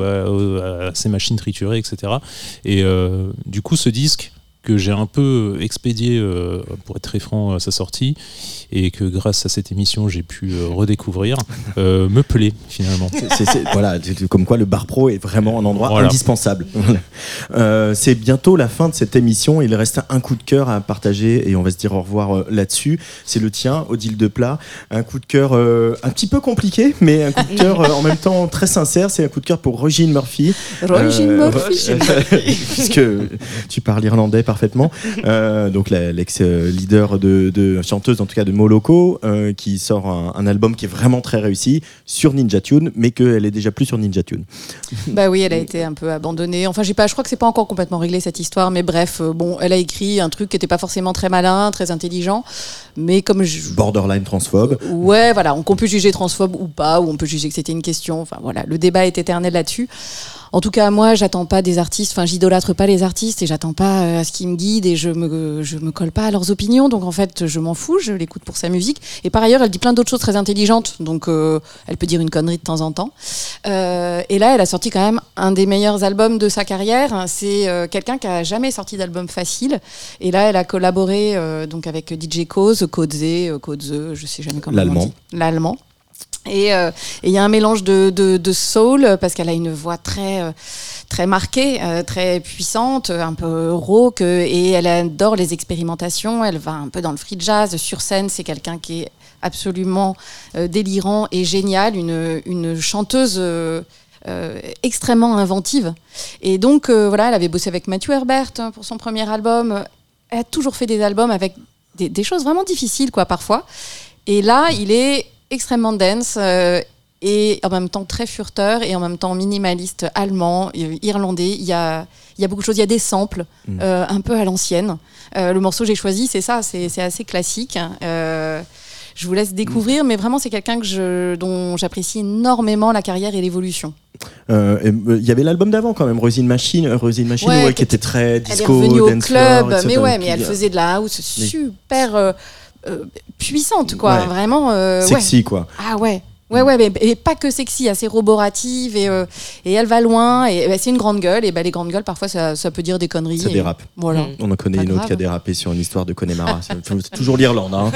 Speaker 5: euh, à, à ses machines triturées, et cetera. Et euh, du coup, ce disque que j'ai un peu expédié, euh, pour être très franc, à sa sortie, et que grâce à cette émission j'ai pu euh, redécouvrir, euh, me plaît finalement.
Speaker 3: C'est- c'est- voilà, c'est- comme quoi le bar pro est vraiment un endroit
Speaker 5: Voilà.
Speaker 3: indispensable. Voilà. Euh, c'est bientôt la fin de cette émission. Il reste un coup de cœur à partager et on va se dire au revoir euh, là-dessus. C'est le tien, Odile Deplat. Un coup de cœur euh, un petit peu compliqué, mais un coup de cœur euh, en même temps très sincère. C'est un coup de cœur pour Roisin Murphy.
Speaker 6: Roisin
Speaker 3: Euh,
Speaker 6: Murphy.
Speaker 3: puisque tu parles irlandais parfaitement. Euh, donc la- l'ex-leader de, de chanteuse, en tout cas de Moloko, euh, qui sort un, un album qui est vraiment très réussi sur Ninja Tune, mais qu'elle est déjà plus sur Ninja Tune.
Speaker 6: Bah oui, elle a été un peu abandonnée. Enfin, j'ai pas, je crois que c'est pas encore complètement réglé cette histoire, mais bref, euh, bon, elle a écrit un truc qui était pas forcément très malin, très intelligent, mais comme je...
Speaker 3: Borderline transphobe.
Speaker 6: Ouais, voilà, on, qu'on peut juger transphobe ou pas, ou on peut juger que c'était une question. Enfin voilà, le débat est éternel là-dessus. En tout cas, moi, j'attends pas des artistes, enfin, j'idolâtre pas les artistes et j'attends pas euh, à ce qu'ils me guident et je me, je me colle pas à leurs opinions. Donc en fait, je m'en fous, je l'écoute pour sa musique. Et par ailleurs, elle dit plein d'autres choses très intelligentes, donc euh, elle peut dire une connerie de temps en temps. Euh, et là, elle a sorti quand même un des meilleurs albums de sa carrière. C'est euh, quelqu'un qui a jamais sorti d'album facile. Et là, elle a collaboré euh, donc avec D J Koze, Koze, euh, Koze, je sais jamais comment
Speaker 3: L'allemand.
Speaker 6: on dit. L'allemand. Et euh, et il y a un mélange de, de, de soul parce qu'elle a une voix très euh, très marquée, euh, très puissante, un peu rauque euh, et elle adore les expérimentations. Elle va un peu dans le free jazz sur scène. C'est quelqu'un qui est absolument euh, délirant et génial, une une chanteuse. Euh, Euh, extrêmement inventive et donc euh, voilà, elle avait bossé avec Matthew Herbert hein, pour son premier album. Elle a toujours fait des albums avec des, des choses vraiment difficiles quoi parfois et là il est extrêmement dense euh, et en même temps très furteur et en même temps minimaliste allemand, euh, irlandais. Il y a, il y a beaucoup de choses, il y a des samples
Speaker 3: Mm.
Speaker 6: euh, un peu à l'ancienne. Euh, le morceau que j'ai choisi, c'est ça, c'est, c'est assez classique. Euh, je vous laisse découvrir, mais vraiment c'est quelqu'un que je, dont j'apprécie énormément la carrière et l'évolution.
Speaker 3: Euh, et, euh, Il y avait l'album d'avant quand même, Roisin Machine, euh, Roisin Machine
Speaker 6: Ouais,
Speaker 3: ouais, qui
Speaker 6: qui
Speaker 3: était très
Speaker 6: Elle est
Speaker 3: disco,
Speaker 6: revenue au
Speaker 3: dance
Speaker 6: club,
Speaker 3: floor, et
Speaker 6: mais
Speaker 3: cetera.
Speaker 6: ouais, mais
Speaker 3: Puis,
Speaker 6: elle
Speaker 3: euh,
Speaker 6: faisait de la house
Speaker 3: Oui.
Speaker 6: super euh, euh, puissante, quoi.
Speaker 3: Ouais.
Speaker 6: Vraiment. euh, ouais.
Speaker 3: sexy quoi.
Speaker 6: Ah ouais. Ouais, ouais, mais, et pas que sexy, assez roborative et, euh, et elle va loin. Et bah, c'est une grande gueule. Et bah, les grandes gueules, parfois, ça, ça peut dire des conneries.
Speaker 3: Ça
Speaker 6: et
Speaker 3: dérape.
Speaker 6: Voilà.
Speaker 4: Mm.
Speaker 3: On en connaît
Speaker 6: Pas
Speaker 3: une autre
Speaker 6: grave.
Speaker 3: qui a dérapé sur une histoire de Connemara. C'est c'est toujours l'Irlande. Hein.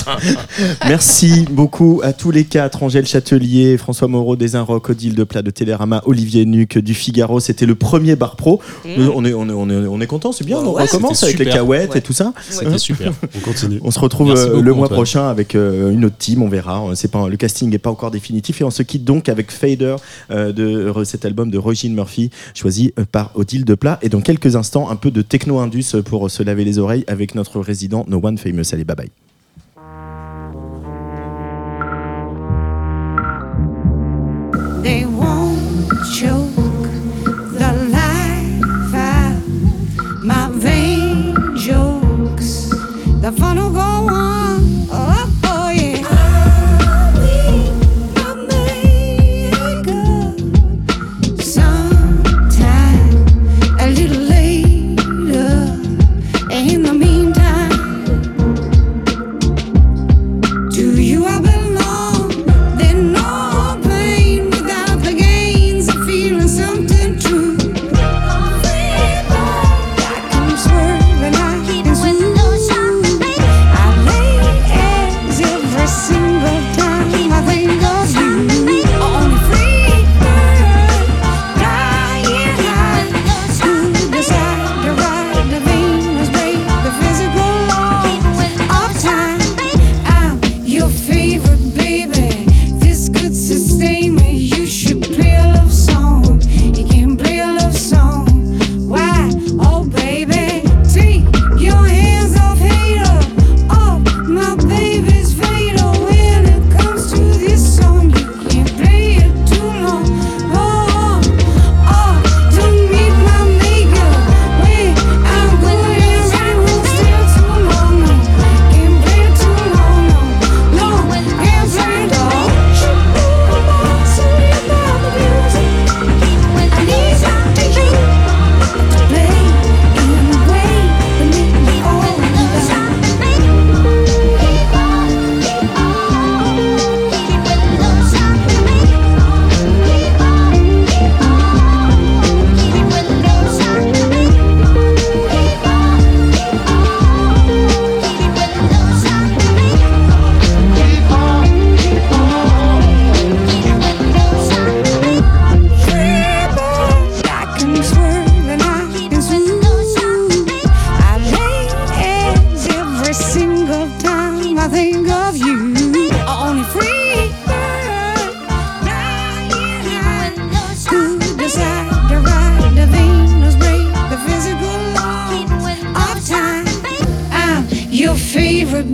Speaker 3: Merci beaucoup à tous les quatre. Angèle Châtelier, François Moreau des Inrocks, Odile Deplat de Télérama, Olivier Nuc du Figaro. C'était le premier bar pro. Euh, On est, on est, on est, on est content, c'est bien.
Speaker 4: Ouais,
Speaker 3: on
Speaker 4: ouais,
Speaker 3: recommence
Speaker 5: c'était
Speaker 3: avec les
Speaker 5: super.
Speaker 3: cahuètes
Speaker 4: Ouais.
Speaker 3: et tout ça.
Speaker 5: C'était super.
Speaker 1: On continue.
Speaker 3: On se retrouve
Speaker 5: Merci
Speaker 3: euh,
Speaker 5: beaucoup,
Speaker 3: le mois
Speaker 5: Antoine.
Speaker 3: prochain avec euh, une autre team, on verra. C'est pas, le casting n'est pas encore définitif et on se quitte donc avec Fader euh, de euh, cet album de Roisin Murphy, choisi euh, par Odile Deplat. Et dans quelques instants, un peu de techno-indus pour se laver les oreilles avec notre résident No One Famous. Allez, bye bye.
Speaker 10: They won't choke the life out my vain jokes. The fun will go on. Oh, oh yeah. I'll be your maker sometime a little later. In the meantime, to you I belong. Then no pain without the gain.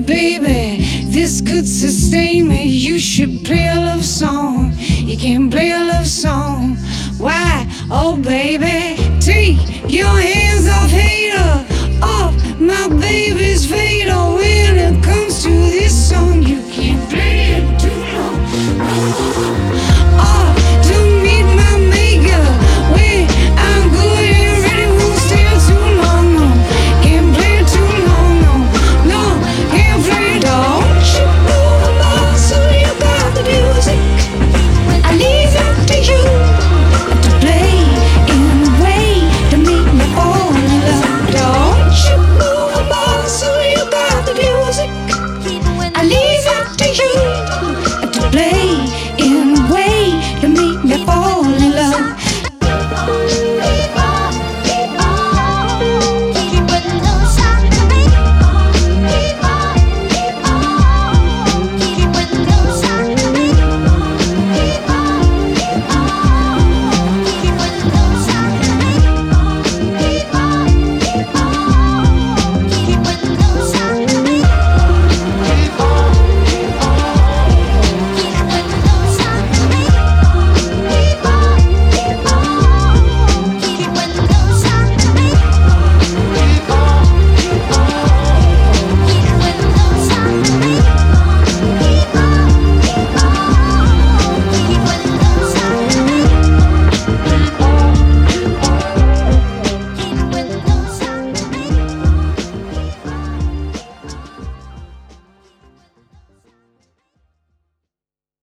Speaker 10: baby, this could sustain me. You should play a love song. You can play a love song. Why? Oh baby, take your hands off, hater, off my baby.